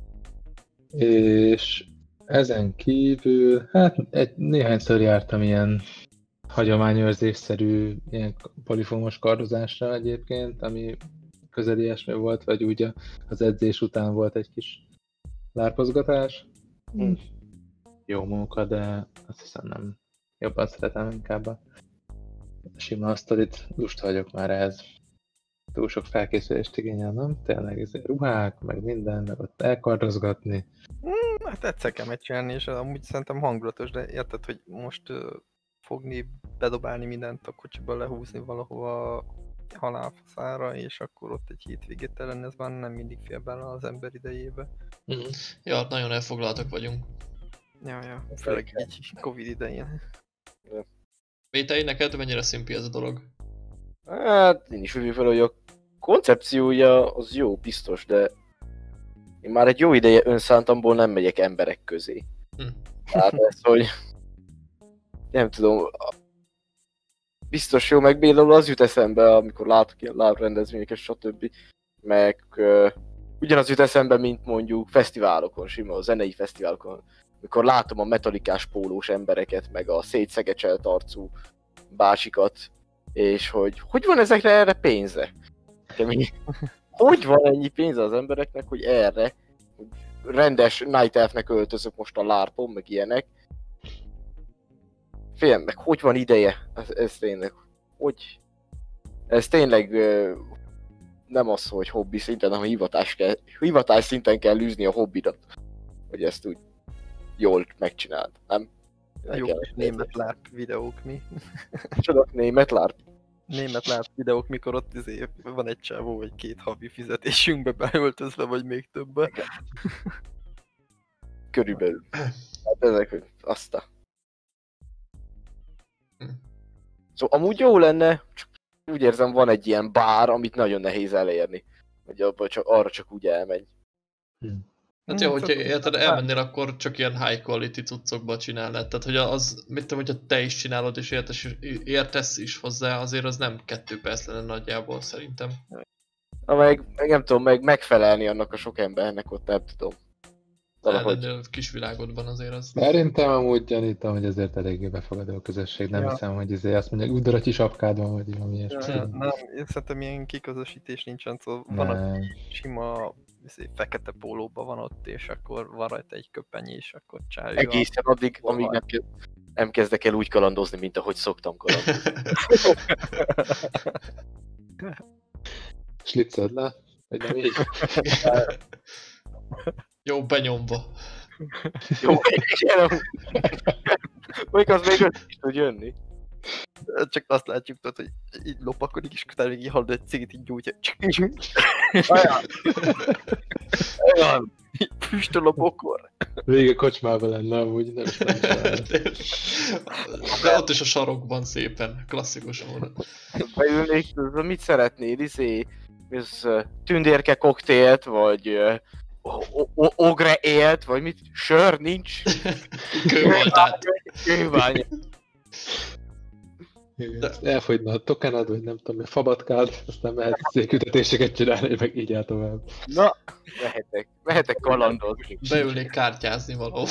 És ezen kívül, hát egy, néhányszor jártam ilyen hagyományőrzésszerű, ilyen polifómos kardozásra egyébként, ami közeli ilyesmi volt, vagy úgy az edzés után volt egy kis lárpozgatás. Hm. Jó munka, de azt hiszem nem. Jobban szeretem inkább a sima asztalit. Lusta vagyok már ehhez. Túl sok felkészülést igényel, nem? Tényleg ez ruhák, meg minden, meg ott elkardozgatni. Hmm, hát egyszer kell megcsinálni, és amúgy szerintem hangulatos, de érted, hogy most uh, fogni, bedobálni mindent a kocsiba, lehúzni valahova halálfaszára, és akkor ott egy hétvégét lenni, ez már nem mindig fél bele az ember idejébe. Mm. Ja, nagyon elfoglaltak vagyunk. Ja, ja, főleg egy Covid idején. Vétei, neked mennyire szimpi ez a dolog? Hát én is úgy fel, hogy a koncepciója az jó, biztos, de én már egy jó ideje önszántamból nem megyek emberek közé. Hm. Tehát ez, hogy nem tudom, biztos jó, meg például az jut eszembe, amikor látok ilyen live rendezvényeket, stb. Meg uh, ugyanaz jut eszembe, mint mondjuk fesztiválokon, sima a zenei fesztiválokon, amikor látom a metalikás pólós embereket, meg a szétszegecselt arcú bácsikat, és hogy hogy van ezekre erre pénze? Hogy van ennyi pénze az embereknek, hogy erre, hogy rendes Night Elfnek öltözök most a lárpon, meg ilyenek. Félem, meg hogy van ideje? Ez, ez tényleg, hogy... Ez tényleg nem az, hogy hobbi szinten, hanem hivatás, kell, hivatás szinten kell űzni a hobbidat. Hogy ezt úgy jól megcsináld, nem? A jó kis német lárp videók, mi? Csodok német lárp? Német lárp videók, mikor ott izé van egy csávó, vagy két havi fizetésünkbe beöltözve, vagy még többe. Körülbelül. Hát ezek, azt a... Szóval amúgy jó lenne, csak úgy érzem, van egy ilyen bár, amit nagyon nehéz elérni. Hogy abban csak, arra csak úgy elmegy. Hát jó, hogyha érted, elmennél, akkor csak ilyen high quality cuccokba csinálnád. Tehát, hogy az, mit tudom, hogyha te is csinálod és értesz, értesz is hozzá, azért az nem kettő perc lenne nagyjából, szerintem. Na meg, meg nem tudom, meg megfelelni annak a sok embernek ott, nem tudom. Valahogy... a kis világodban azért az... Szerintem amúgy gyanítom, hogy azért eléggé befogadó a közösség. Nem ja. hiszem, hogy azért azt mondják, udaratyi sapkád van, vagy valami ilyesmi. Ja, nem, én szerintem ilyen kiközösítés nincsen, szóval van a sima fekete pólóban van ott, és akkor van rajta egy köpenny, és akkor csálja. Egészen addig, amíg nem, ke nem kezdek el úgy kalandozni, mint ahogy szoktam kalandozni. Slitzed le? Vagy nem így? Jó, benyomva. Jó, igen. Még az még össze is tud jönni. Csak azt látjuk, tudod, hogy így lopakodik, és utána még így hallod egy cigit, így gyújtja. Olyan. Olyan. Füstöl a bokor. Vége kocsmában lenne, amúgy nem is nem De ott is a sarokban szépen, klasszikus módon. Beülnék, mit szeretnél, izé, ez tündérke koktélt, vagy ogre élt, vagy mit? Sör nincs? Kővoltát. Kővány. De... Elfogyna a tokenad, vagy nem tudom, a fabatkád, aztán mehet székütetéseket csinálni, meg így áll tovább. Na, mehetek, mehetek kalandozni. Beülnék kártyázni valahova.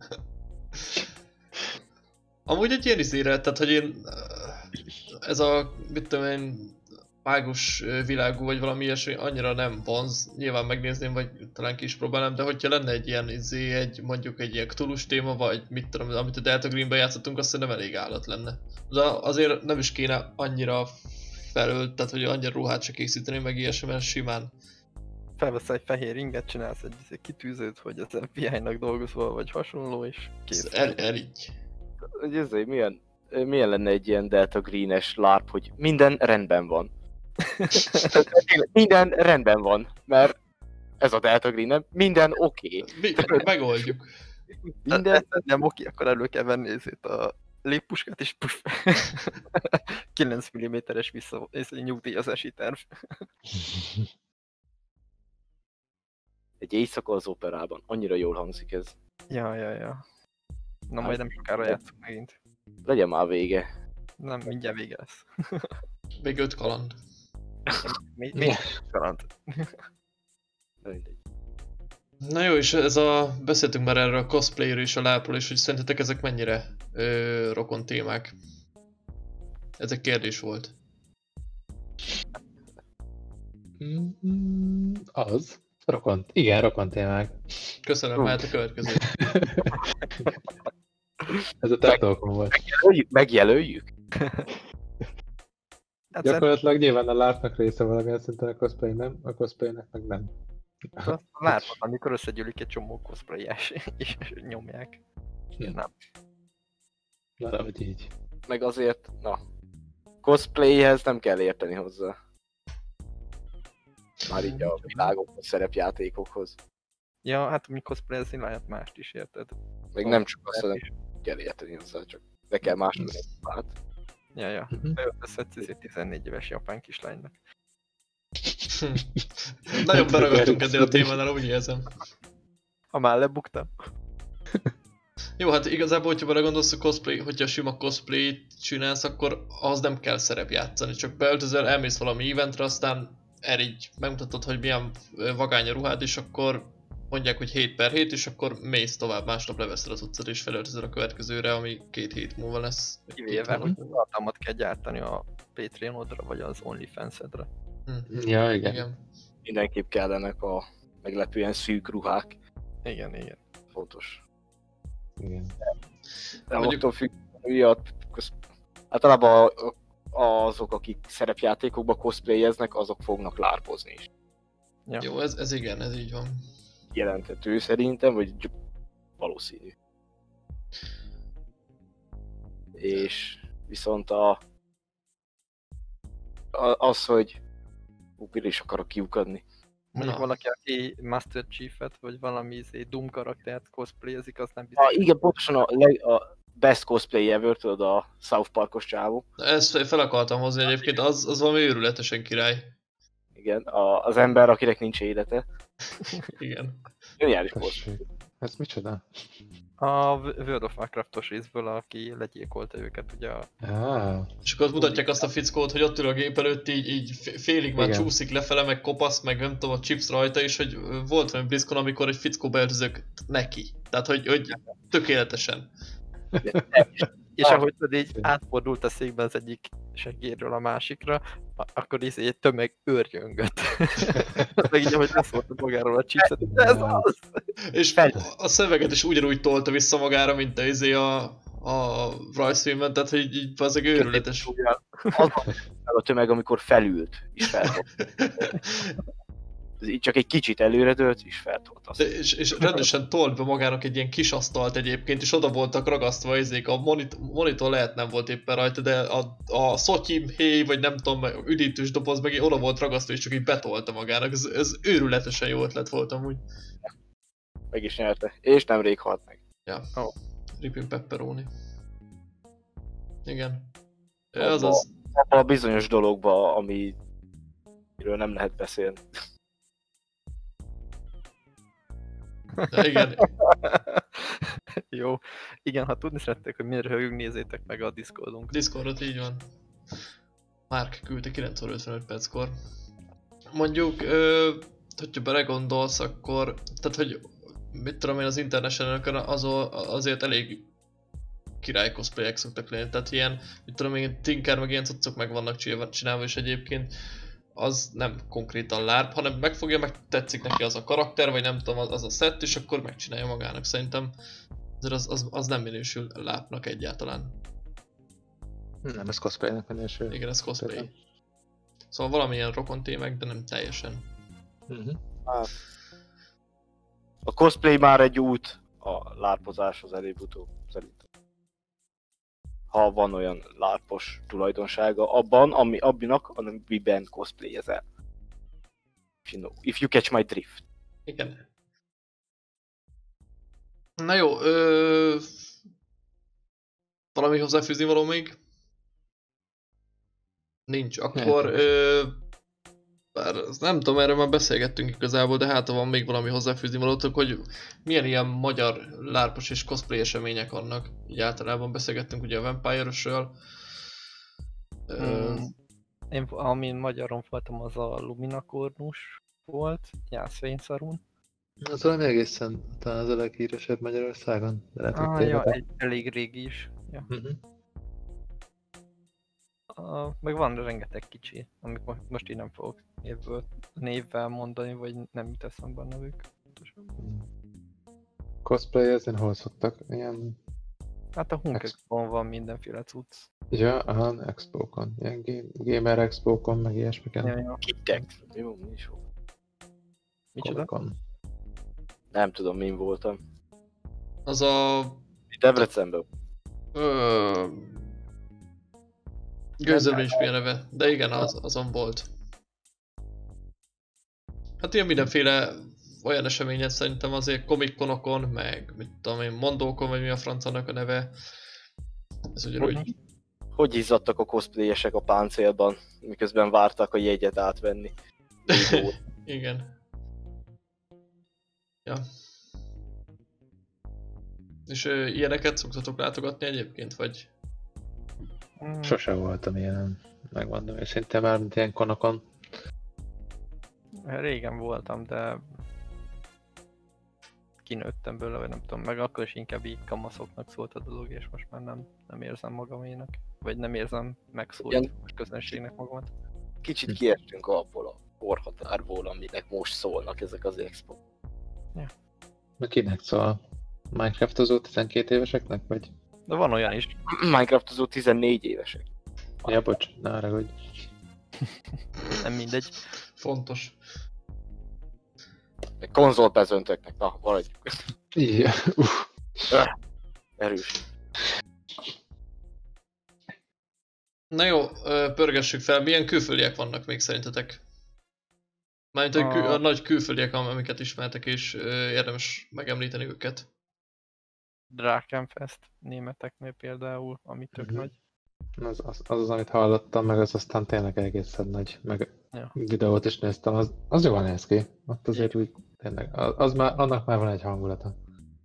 Amúgy egy ilyen izére, tehát hogy én... Ez a, mit tudom én, mágus világú, vagy valami ilyesmi annyira nem vonz. Nyilván megnézném, vagy talán ki is próbálnám, de hogyha lenne egy ilyen izé, egy, mondjuk egy ilyen Cthulhu téma, vagy mit tudom, amit a Delta Greenben játszottunk, azt nem elég állat lenne. De azért nem is kéne annyira felölt, tehát hogy annyira ruhát se készíteni, meg ilyesmi, mert simán. Felvesz egy fehér inget, csinálsz egy, egy kitűzőt, hogy az ef bé i-nak dolgozol, vagy hasonló, és kész. El, el így. Hogy ez milyen, milyen lenne egy ilyen Delta Green-es lárp, hogy minden rendben van. Minden rendben van, mert ez a Delta Green, nem? Minden oké. Okay. Megoldjuk. Minden nem oké, akkor elő kell venni ezért a léppuskát, és puff. kilenc milliméteres vissza, ez egy nyugdíjazási terv. Egy éjszaka az operában, annyira jól hangzik ez. Ja, ja, ja. Na majd nem sokára játszunk megint. Legyen már vége. Nem, mindjárt vége lesz. Még öt kaland. Mi, mi? Garant. De mindegy. Na jó, és ez a... beszéltünk már erről a cosplayről és a lápról is, hogy szerintetek ezek mennyire ö, rokon témák? Ez egy kérdés volt. Mm, az. Rokon. Igen, rokon témák. Köszönöm, Hú. hát a következő. Ez a te dolgom volt. Megjelöljük? Megjelöljük? Hát Gyakorlatilag nyilván a lárpnak része valamilyen szinten a cosplay, nem? A cosplaynek meg nem. szerintem látod, amikor összegyűlik egy csomó cosplayes, és nyomják. Hm. Nem. Valahogy így. Meg azért, na, cosplayhez nem kell érteni hozzá. Már így a világokhoz, szerepjátékokhoz. Ja, hát mi cosplayezni lehet mást is, érted? Még nem csak azt, hogy nem kell érteni hozzá, csak le kell másnak hát. Ja, ja. Mhm. Beöltözhetsz ezért tizennégy éves japán kislánynak. Nagyon beragadtunk ennél a témánál, úgy érzem. Ha már lebuktam. Jó, hát igazából, hogyha belegondolsz a cosplay, hogyha sima cosplay csinálsz, akkor az nem kell szerep játszani, csak beöltözel, elmész valami eventre, aztán erigy megmutatod, hogy milyen vagány a ruhád, és akkor mondják, hogy hét per hét, és akkor mész tovább, másnap leveszed az utcát és felöltözöl a következőre, ami két hét múlva lesz. Kivéve, hogy tartalmat kell gyártani a Patreonodra, vagy az OnlyFans-edre. Hm. Ja, igen. Igen. Mindenképp kellenek a meglepően szűk ruhák. Igen, igen. Fontos. Igen. De Mondjuk- attól függ, miatt, általában azok, akik szerepjátékokba cosplayeznek, azok fognak lárpozni is. Ja. Jó, ez, ez igen, ez így van. Jelentető szerintem, vagy gy- valószínű. És viszont a, a az, hogy ú, mire is akarok kiukadni. Mondjuk Na. valaki, aki Master Chief-et, vagy valami izé, Doom karaktert cosplayezik, az nem biztos. Ah, igen, pontosan a, leg, a best cosplay ever, tudod, a South Parkos csávó. Na, ezt fel akartam hozni egyébként, az, az valami őrületesen király. Igen, a, az ember, akinek nincs élete. Igen. Zseniális cosplay. Tessék. Ez micsoda? A World of Warcraftos részből, aki legyilkolta őket, ugye a... Ah, És akkor ott mutatják azt a fickót, hogy ott ül a gép előtt, így, így félig már Igen. csúszik lefele, meg kopasz, meg nem tudom, a chips rajta, és hogy volt valami BlizzCon, amikor egy fickó beöltözök neki. Tehát, hogy, hogy tökéletesen. És ahogy tudod, így átfordult a székben az egyik segédről a másikra, a- akkor is egy tömeg őrjöngött. Meg így, ahogy leszóltak magáról a chipset, ez az! És Fel- a szöveget is ugyanúgy tolta vissza magára, mint a, izé a, a rajzfilmben, tehát hogy így az egy őrületes. Az a tömeg, amikor felült, és feltolt. Ez így csak egy kicsit előredőlt, és feltolt azt. De, és, és rendesen tolt be magának egy ilyen kis asztalt egyébként, és oda voltak ragasztva izék, a monit monitor lehet nem volt éppen rajta, de a, a szotyim, héj, vagy nem tudom, meg üdítős doboz meg oda volt ragasztva, és csak így betolta magának. Ez, ez őrületesen jó ötlet volt amúgy. Meg is nyerte. És nemrég halt meg. Ja. Oh. Ripping pepperoni. Igen. Abba- Az az. Abba a bizonyos dologba, ami amiről nem lehet beszélni. De igen. Jó. Igen, ha tudni szerették, hogy miért röhögünk, nézzétek meg a Discordunk. Discordot így van. Márk küldte kilenc óra ötvenöt perckor. Mondjuk, ö, hogyha belegondolsz, akkor, tehát hogy mit tudom én, az International-ön az, azért elég király cosplayek szoktak lenni, tehát ilyen, mit tudom én, Tinker meg ilyen cuccok meg vannak csinálva, csinálva és egyébként az nem konkrétan lárp, hanem megfogja, meg tetszik neki az a karakter, vagy nem tudom, az, az a set, és akkor megcsinálja magának. Szerintem azért az, az, az nem minősül lárpnak egyáltalán. nem, ez cosplaynek minősül. Igen, ez cosplay. Szóval valamilyen rokon témák, de nem teljesen. Uh-huh. Hát, a cosplay már egy út a lárpozáshoz előbb-utóbb, szerintem. Ha van olyan lárpos tulajdonsága abban, ami abbinak, amiben cosplayezel. If you know, if you catch my drift. Igen. Na jó, ö... valami hozzáfűzni való még? Nincs. Akkor ö... bár nem tudom, erről már beszélgettünk igazából, de hát ha van még valami hozzáfűzni valótok, hogy milyen ilyen magyar lárpos és cosplay események vannak. Így általában beszélgettünk ugye a Vampire-ösről. Ö... Hmm. Én, amin magyaron voltam, az a Lumina Kornus volt, Jászfényszarún. Az valami egészen talán az a leghíresebb Magyarországon, de lehet, hogy Ah, ja, tévedek. egy, elég régi is. Ja. Mhm. Uh, meg van rengeteg kicsi, amik most, most így nem fogok évből névvel mondani, vagy nem jut eszembe a nevük. Cosplayezni hol szoktak? Ilyen... Hát a Hunkexpon van mindenféle cucc. Ja, aha, expókon. Ilyen game, gamer expókon, meg ilyesmiken. Ja, ja. Kittek. Mi van, mi is volt? Micsoda? Comic-Con. Nem tudom, min voltam. Az a... Debrecenben. Ö... Gőzölő is milyen neve, de igen, az, azon volt. Hát ilyen mindenféle olyan eseményet szerintem azért Comic-Conokon, meg mit tudom én, Mondókon, vagy mi a francanak a neve. Ez ugyanúgy. Hogy izzadtak a cosplayesek a páncélban, miközben vártak a jegyet átvenni? Igen. Ja. És ö, ilyeneket szoktatok látogatni egyébként, vagy? Mm, Sose voltam ilyen, megmondom őszintén már, mint ilyen konokon. Régen voltam, de kinőttem belőle, vagy nem tudom, meg akkor is inkább így kamaszoknak szólt a dolog, és most már nem, nem érzem magaménak. Vagy nem érzem megszólt Igen. közönségnek magamat. Kicsit kiestünk abból a korhatárból, aminek most szólnak ezek az expo. Meg kinek szól? Minecraftozó tizenkét éveseknek, vagy? De van olyan is. Minecraftozó tizennégy évesek. Ja, bocs, ne arra, hogy... Nem mindegy. Fontos. Meg konzolpezöntöknek, na, maradjuk. Igen, uff. Erős. Na jó, ö, pörgessük fel, milyen külföldiek vannak még szerintetek? Mármint a, kül, A- a nagy külföldiek, am- amiket ismertek, és ö, érdemes megemlíteni őket. Drakenfest németeknél például, ami tök Mhm. nagy. Az az, az az, amit hallottam, meg az aztán tényleg egészen nagy, meg Ja. videót is néztem, az, az jól néz ki. Ott azért úgy, tényleg, az, az már, annak már van egy hangulata.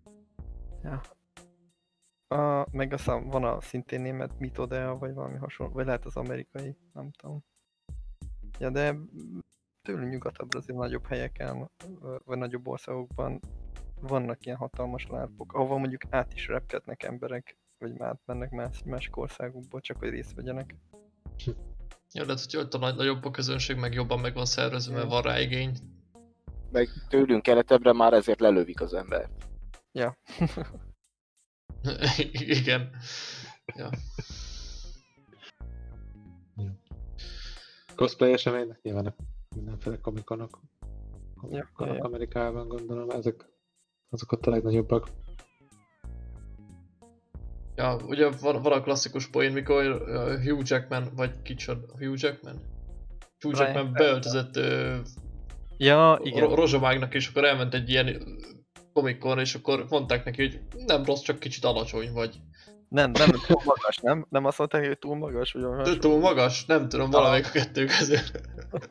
A, meg aztán van a szintén német Mitodea, vagy valami hasonló, vagy lehet az amerikai, nem tudom. Ja, de tőlünk nyugatabbra azért nagyobb helyeken, vagy nagyobb országokban vannak ilyen hatalmas lárpok, ahova mondjuk át is repkednek emberek, vagy átmennek más, másik országokból, csak hogy részt vegyenek. Ja, lehet, hogy ott a nagy, nagyobb a közönség, meg jobban meg van szervezve, mert van rá igény. Meg tőlünk keletebbre már ezért lelövik az embert. Ja. Igen. Ja. Cosplay eseménynek nyilván a mindenféle komikonok. Ja, ja, Komikonok ja. Amerikában gondolom, ezek azok ott a legnagyobbak. Ja, ugye van, van a klasszikus poén, mikor uh, Hugh Jackman, vagy kicsoda, Hugh Jackman? Hugh Brian Jackman beöltözött uh, Ja, igen. ro- rozsomágnak, és akkor elment egy ilyen Comic-Con, és akkor mondták neki, hogy nem rossz, csak kicsit alacsony vagy. Nem, nem, túl magas, nem? Nem azt mondták, hogy túl magas, vagy olyan Túl, hasonló? túl magas? Nem tudom, valamelyik a kettő között.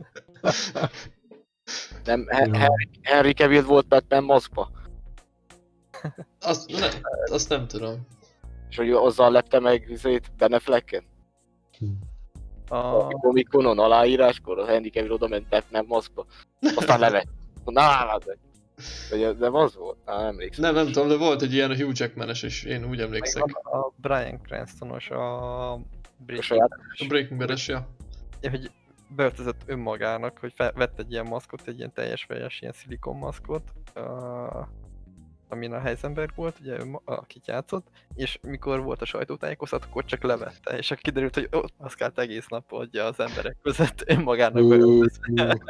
Nem, He- Henry, Henry Cavill volt Batman maszkba, Azt, ne, azt nem tudom. és hogy azzal lepte meg vizét Ben Afflecket. A... A Comic-Conon aláíráskor a Henry Cavill oda ment Batman maszkba. Aztán levett. Na, hát de... Vagy nem az volt? Á, nem emlékszem. Nem, nem tudom, de volt egy ilyen Hugh Jackman-es, és én úgy Meg emlékszek. van a Bryan Cranstonos, a A Breaking saját... A Breaking Bad-es, ja. Ja, hogy beöltözött önmagának, hogy fe, vett egy ilyen maszkot, egy ilyen teljes fejes, ilyen szilikon maszkot, uh, amin a Heisenberg volt, ugye, önma, akit játszott, és mikor volt a sajtótájékoztat, akkor csak levette, és akkor kiderült, hogy ott maszkált egész nap adja az emberek között önmagának beöltözve.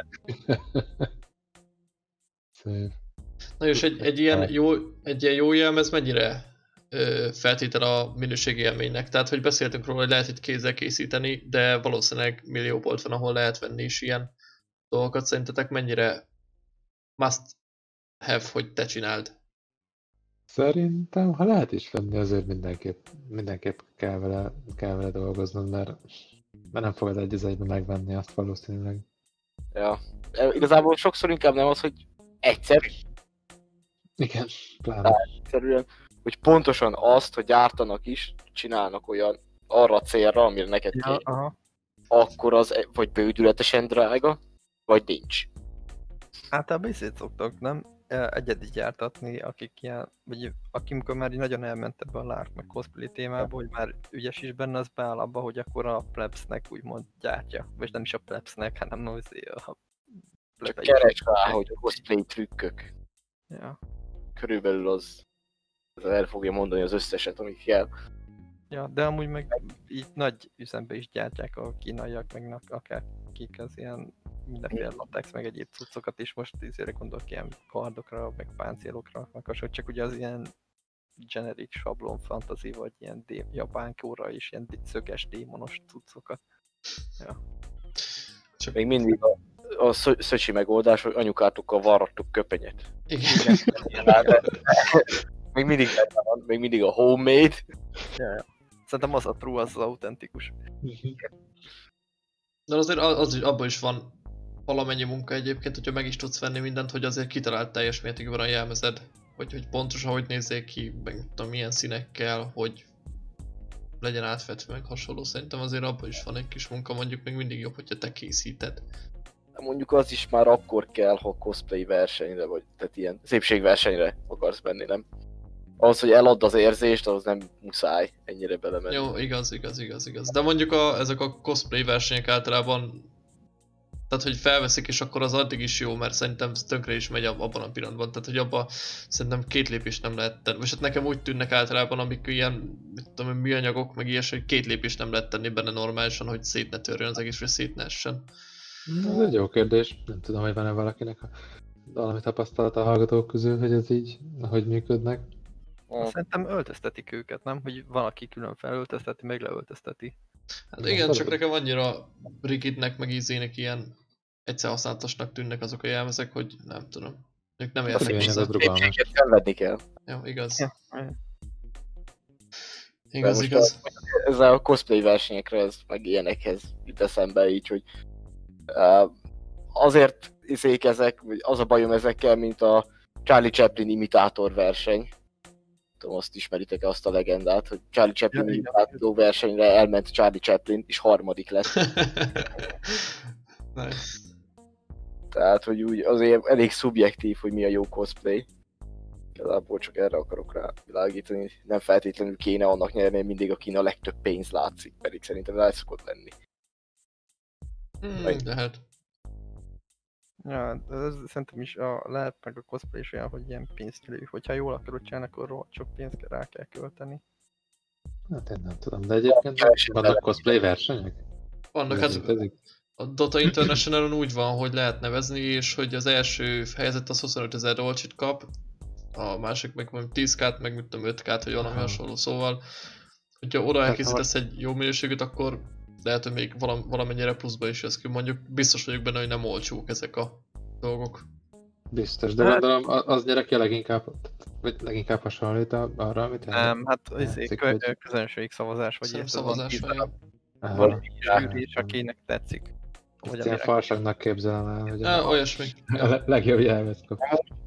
Szép. Na és egy, egy, ilyen jó, egy ilyen jó jelmez mennyire ö, feltétel a minőségi élménynek? Tehát, hogy beszéltünk róla, hogy lehet itt kézzel készíteni, de valószínűleg millió bolt van, ahol lehet venni is ilyen dolgokat. Szerintetek mennyire must have, hogy te csináld? Szerintem, ha lehet is venni, azért mindenképp, mindenképp kell vele, kell vele dolgoznod, mert, mert nem fogod egy az egyben megvenni azt valószínűleg. Ja. Igazából sokszor inkább nem az, hogy egyszer, Igen, pláne. egyszerűen, hogy pontosan azt, hogy gyártanak is, csinálnak olyan arra a célra, amire neked Ja, kell. aha. akkor az vagy bődületesen drága, vagy nincs. Általában iszét szoktak, nem? Egyedi gyártatni, akik ilyen, vagy akik már így nagyon elment ebbe a LARP meg cosplay témába, hogy már ügyes is benne, az beáll abba, hogy akkor a plebsnek úgymond gyártja. Vagy nem is a plebsnek, hanem azért a Csak keres rá, hogy a cosplay trükkök. Ja. Körülbelül az, az el fogja mondani az összeset, amit kell. Ja, de amúgy meg így nagy üzembe is gyártják a kínaiak, meg akár kik az ilyen mindenféle latex, meg egyéb cuccokat is, most izére gondolok ilyen kardokra, meg páncélokra, meg hasonló, csak ugye az ilyen generic sablon fantasy, vagy ilyen dé- japánkóra is ilyen szöges démonos cuccokat. Ja. Csak még mindig a, a szö- szöcsi megoldás, hogy anyukátokkal varrattuk köpenyet. Igen. Még mindig van, még mindig a homemade. Ja, ja. Szerintem az a true, az az autentikus. De azért az, az, abban is van valamennyi munka egyébként, hogyha meg is tudsz venni mindent, hogy azért kitalált teljes mértékben a jelmezed. Hogy, hogy pontosan hogy nézzék ki, meg nem tudom milyen színekkel, hogy legyen átfedve, meg hasonló. Szerintem azért abban is van egy kis munka, mondjuk még mindig jobb, hogyha te készíted. Mondjuk az is már akkor kell, ha cosplay versenyre, vagy tehát ilyen szépségversenyre akarsz menni, nem? Ahhoz, hogy eladd az érzést, ahhoz nem muszáj ennyire belemenni. Jó, igaz, igaz, igaz, igaz. De mondjuk a, ezek a cosplay versenyek általában, tehát hogy felveszik, és akkor az addig is jó, mert szerintem tönkre is megy abban a pillanatban. Tehát hogy abban szerintem két lépést nem lehet tenni. Most hát nekem úgy tűnnek általában, amik ilyen, mit tudom, műanyagok, meg ilyesmi, hogy két lépést nem lehet tenni benne normálisan, hogy szét ne törjön az egész, vagy szét ne essen. Ez egy jó kérdés. Nem tudom, hogy van-e valakinek a valami tapasztalata a hallgatók közül, hogy ez így, hogy működnek. Ah. Szerintem öltöztetik őket, nem? Hogy valaki külön felöltözteti, meg leöltözteti. Hát igen, csak nekem annyira rigidnek, meg ízének ilyen egyszer használatosnak tűnnek azok a jelmezek, hogy nem tudom. Ők nem értek lényeg hozzá. az rugalmas. Szépséget szenvedni kell. Jó, igaz. Ja. Igaz, most igaz. A, ezzel a cosplay versenyekre, ez meg ilyenekhez jut eszembe így, hogy uh, azért iszék ezek, vagy az a bajom ezekkel, mint a Charlie Chaplin imitátor verseny. Tudom, azt ismeritek-e azt a legendát, hogy Charlie Chaplin Ja, imitátor versenyre elment Charlie Chaplin, és harmadik lett. Nice. Tehát, hogy úgy azért elég szubjektív, hogy mi a jó cosplay. Igazából csak erre akarok rá világítani. Nem feltétlenül kéne annak nyerni, mindig aki a legtöbb pénz látszik, pedig szerintem rá szokott lenni. Hmm, de hát. Ja, ez szerintem is a lehet meg a cosplay is olyan, hogy ilyen pénzkelő. Hogyha jól akarod csinálni, akkor rohadt sok pénzt rá kell költeni. Hát én nem tudom, de egyébként vannak cosplay versenyek? Vannak, Ez hát létezik? a Dota International-on úgy van, hogy lehet nevezni, és hogy az első helyzet az huszonötezer dolcsit kap, a másik meg mondjuk tíz kát, meg mit tudom öt kát, vagy valami Aha. hasonló, szóval hogyha oda Tehát elkészítesz egy jó minőségűt, akkor lehet, hogy még valam, valamennyire pluszba is jössz ki, mondjuk biztos vagyok benne, hogy nem olcsók ezek a dolgok. Biztos, de Hát- gondolom a- az gyereke leginkább, vagy leginkább hasonlít a- arra, amit Nem, hát ez Látszik, kö- hogy- közönségi szavazás, vagy Szerintem ilyen szavazás tíz van, darab Aha. valami zsűri, és akinek tetszik. Ezt Vagy ilyen amire- farsangnak képzelem el, hogy Ah, a, olyasmi. a Ja, le- legjobb jelmez kap.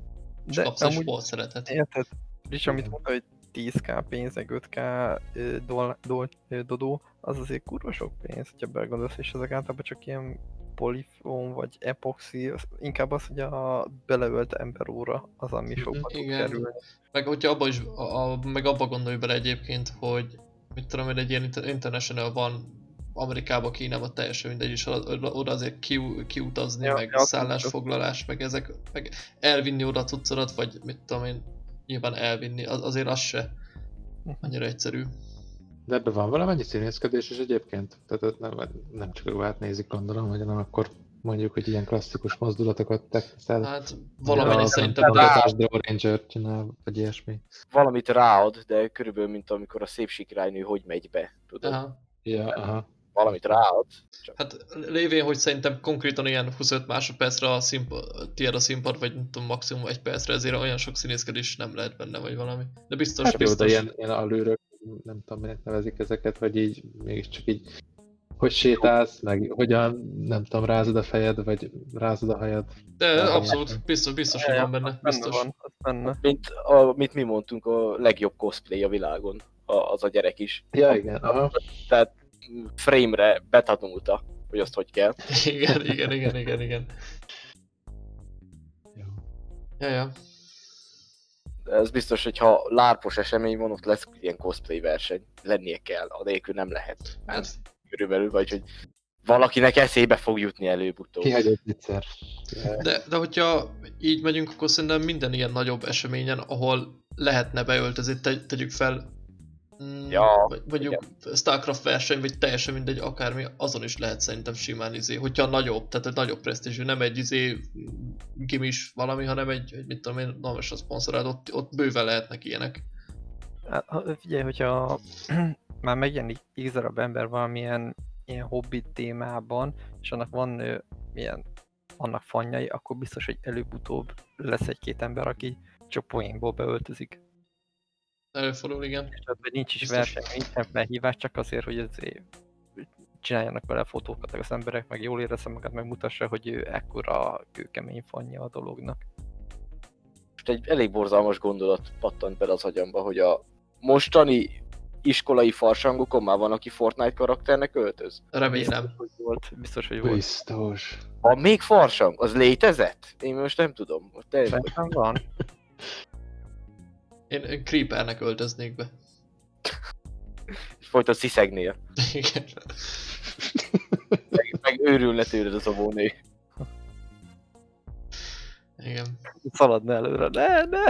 és De kapsz egy amúgy sport szeretet. érted? És amit mondta, hogy tíz ká pénz, meg öt ká ö, doll, doll, ö, dodó, az azért kurva sok pénz, hogyha belegondolsz, és ezek általában csak ilyen polifon vagy epoxi, az, inkább az, hogy a beleölt emberóra az, ami Mhm, sokat tud igen. kerülni. Meg hogyha abba is, a, a, meg abba gondolj bele egyébként, hogy mit tudom én, egy ilyen inter- international van Amerikába, Kínába, teljesen mindegy, és oda oda azért kiu, kiutazni, Ja, meg ja, szállásfoglalás, meg ezek, meg elvinni oda cuccodat, vagy mit tudom én, nyilván elvinni, az, azért az se annyira egyszerű. De ebben van valamennyi színészkedés is egyébként? Tehát nem, nem csak ruhát nézik, gondolom, hogy nem akkor mondjuk, hogy ilyen klasszikus mozdulatokat teszel. Hát valamennyi szerintem rá- rá... de Ranger csinál, vagy ilyesmi. Valamit ráad, de körülbelül mint amikor a szépségkirálynő hogy megy be, tudod? Aha. Ja, aha. Valamit ráad. Csak Hát lévén, hogy szerintem konkrétan ilyen huszonöt másodpercre a színpad, tiéd a színpad, vagy nem tudom, maximum egy percre, ezért olyan sok színészkedés nem lehet benne, vagy valami. De biztos, Hát jó, de biztos. ilyen, ilyen alőrök, nem tudom, minek nevezik ezeket, hogy így mégiscsak így hogy sétálsz, meg hogyan, nem tudom, rázod a fejed, vagy rázod a hajad. De Ja, abszolút, biztos, biztos, hogy van benne, Benne biztos. van, az benne. mint amit mi mondtunk, a legjobb cosplay a világon, a, az a gyerek is. Ja, igen, aha. Tehát frame-re betanulta hogy azt hogy kell. Igen, igen, igen, igen, igen. Jó. Ja, ja. De ez biztos, hogy ha lárpos esemény van, ott lesz ilyen cosplay verseny. Lennie kell, anélkül nem lehet. Hát, Körülbelül, vagy hogy valakinek eszébe fog jutni előbb-utóbb. Kihagyott egyszer. de, de hogyha így megyünk, akkor szerintem minden ilyen nagyobb eseményen, ahol lehetne beöltözni, te, tegyük fel, mm, Ja, vagy mondjuk Starcraft verseny, vagy teljesen mindegy, akármi, azon is lehet szerintem simán izé, hogyha nagyobb, tehát egy nagyobb presztízsű, nem egy izé gimis valami, hanem egy, egy mit tudom én, normálisan szponzorált, ott, ott bőven lehetnek ilyenek. Hát, ha- figyelj, hogyha már megjelenik x darab ember valamilyen ilyen hobbi témában, és annak van ö, ilyen, vannak fanjai, akkor biztos, hogy előbb-utóbb lesz egy-két ember, aki csak poénból beöltözik. Előfordul, igen. És tehát, hogy nincs is Biztos. verseny, nincsen felhívás, csak azért, hogy azért csináljanak vele fotókat az emberek, meg jól érezze magát, meg mutassa, hogy ő ekkora kőkemény fanja a dolognak. Most egy elég borzalmas gondolat pattant bele az agyamba, hogy a mostani iskolai farsangokon már van, aki Fortnite karakternek öltöz. Remélem. Biztos, hogy volt. Biztos, hogy volt. Biztos. Van még farsang? Az létezett? Én most nem tudom. Most te... Szerintem van. Én, én Creepernek öltöznék be. Folyton sziszegnél. Igen. Meg, meg őrülne tőled az óvónő. Igen. Szaladna előre. Ne, ne!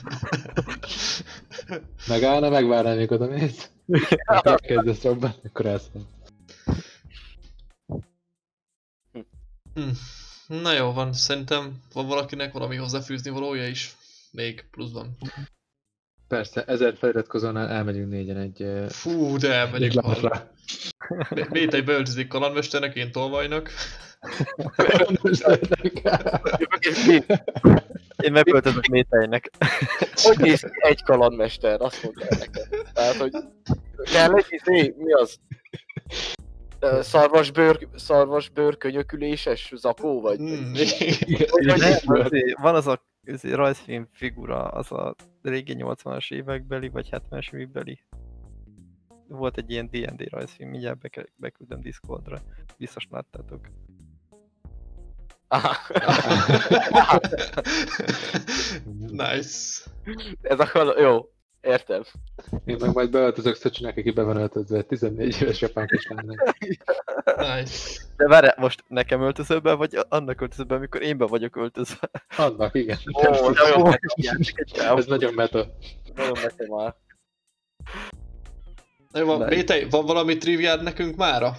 Megállna, megvárná, még oda mész. Akkor kezdesz jobban, akkor elszáll. Hm. Na jó van, szerintem van valakinek valami hozzáfűzni valója is. Még pluszban. Persze, ezer feliratkozónál elmegyünk négyen egy... eh, Fú, de egy elmegyek hal. lapra. Métej beöltözik kalandmesternek, én tolvajnak. Én megöltözök Métejnek. Hogy néz ki egy kalandmester? Azt mondta nekem. Tehát, hogy kell egy izé, mi az? Ö, Szarvasbőr, szarvasbőr könyöküléses zakó, vagy? Mm, Vagy- Nem, azért van az a azért rajzfilm figura, az a régi nyolcvanas évekbeli, vagy hetvenes évekbeli. Volt egy ilyen dé end dé rajzfilm, mindjárt beke- beküldöm Discordra. Biztos láttátok. Aha. Nice. Ez a kal- jó, értem. Én meg majd beöltözök Szöcsinek, aki be van öltözve, tizennégy éves japán kislánynak. Nice. De várj, most nekem öltözöl be, vagy annak öltözöl be, amikor én be vagyok öltözve? Annak, igen. Ó, nagyon meta. Ez nagyon meta. Nagyon meta már. Na jó, van, Nice. Métej, van valami triviád nekünk mára?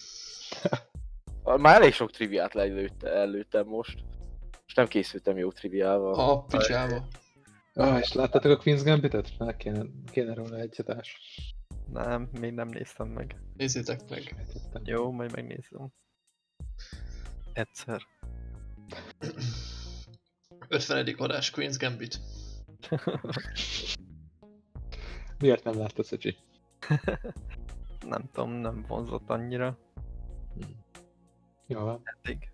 Már elég sok triviát lelőtte, előttem most. Most nem készültem jó triviával. A picsába. Ah, és láttátok a Queen's Gambitet? Már kéne, kéne róla egy adás. Nem, még nem néztem meg. Nézzétek meg. Jó, majd megnézem. Egyszer. ötvenedik adás Queen's Gambit. Miért nem láttad, Szöcsi? Nem tudom, nem vonzott annyira. Jó van. Eddig.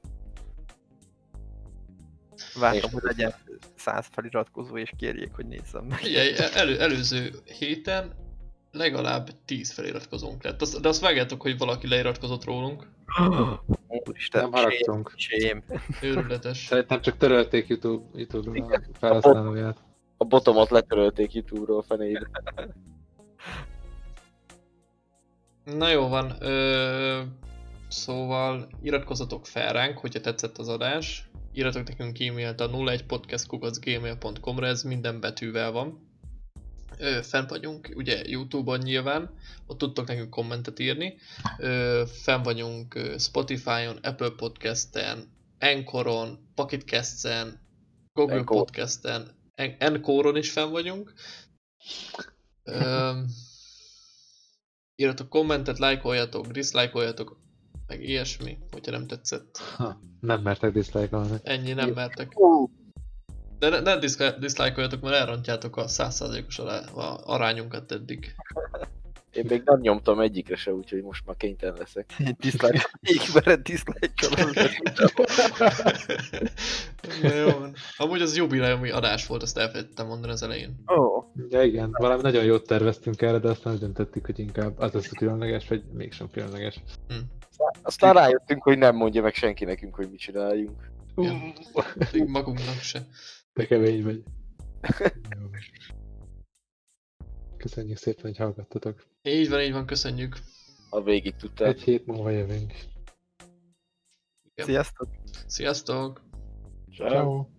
Vártam, És- hogy legyen száz feliratkozó és kérjék, hogy nézzem meg. Figyelj, elő, előző héten legalább tíz feliratkozónk lett. Azt, de azt vágjátok, hogy valaki leiratkozott rólunk. Úristen, Nem haragszunk. sém. Őrületes. Szerintem csak törölték YouTube, YouTube-ra a felhasználóját. A botomot letörölték YouTube-ról fenébe. Na jó van, ö, szóval iratkozzatok fel ránk, hogyha tetszett az adás. Írjatok nekünk e-mailt a nulla egy podcast kukac gmail pont com-ra, ez minden betűvel van. Ö, fenn vagyunk, ugye YouTube-on nyilván, ott tudtok nekünk kommentet írni. Ö, fenn vagyunk ö, Spotify-on, Apple Podcast-en, Anchor-on, Pocket Cast-en, Google Encore. Podcast-en, En- Encore-on is fenn vagyunk. Ö, írjatok kommentet, lájkoljatok, diszlájkoljatok, meg ilyesmi, hogyha nem tetszett. Ha, nem mertek diszlájkolni. Ennyi, nem mertek. Ú, De ne, ne diszka- diszlájkoljatok, mert elrontjátok a száz százalékos ará- a arányunkat eddig. én még nem nyomtam egyikre se, úgyhogy most már kénytelen leszek. Dislike, így vered dislike-kal. Ja, jó van. Amúgy az jubileumi adás volt, azt elfelejtettem mondani az elején. Ó, Ja igen, valami nagyon jót terveztünk erre, de aztán úgy döntöttük, hogy inkább az lesz a különleges, vagy mégsem különleges. Hm. Aztán rájöttünk, hogy nem mondja meg senki nekünk, hogy mit csináljunk. Ja. Még magunknak se. De kemény vagy. Jó. Köszönjük szépen, hogy hallgattatok. Így van, így van, köszönjük. Ha végig tudtál. Egy hét múlva jövünk. Igen. Sziasztok! Sziasztok! Ciao. Ciao.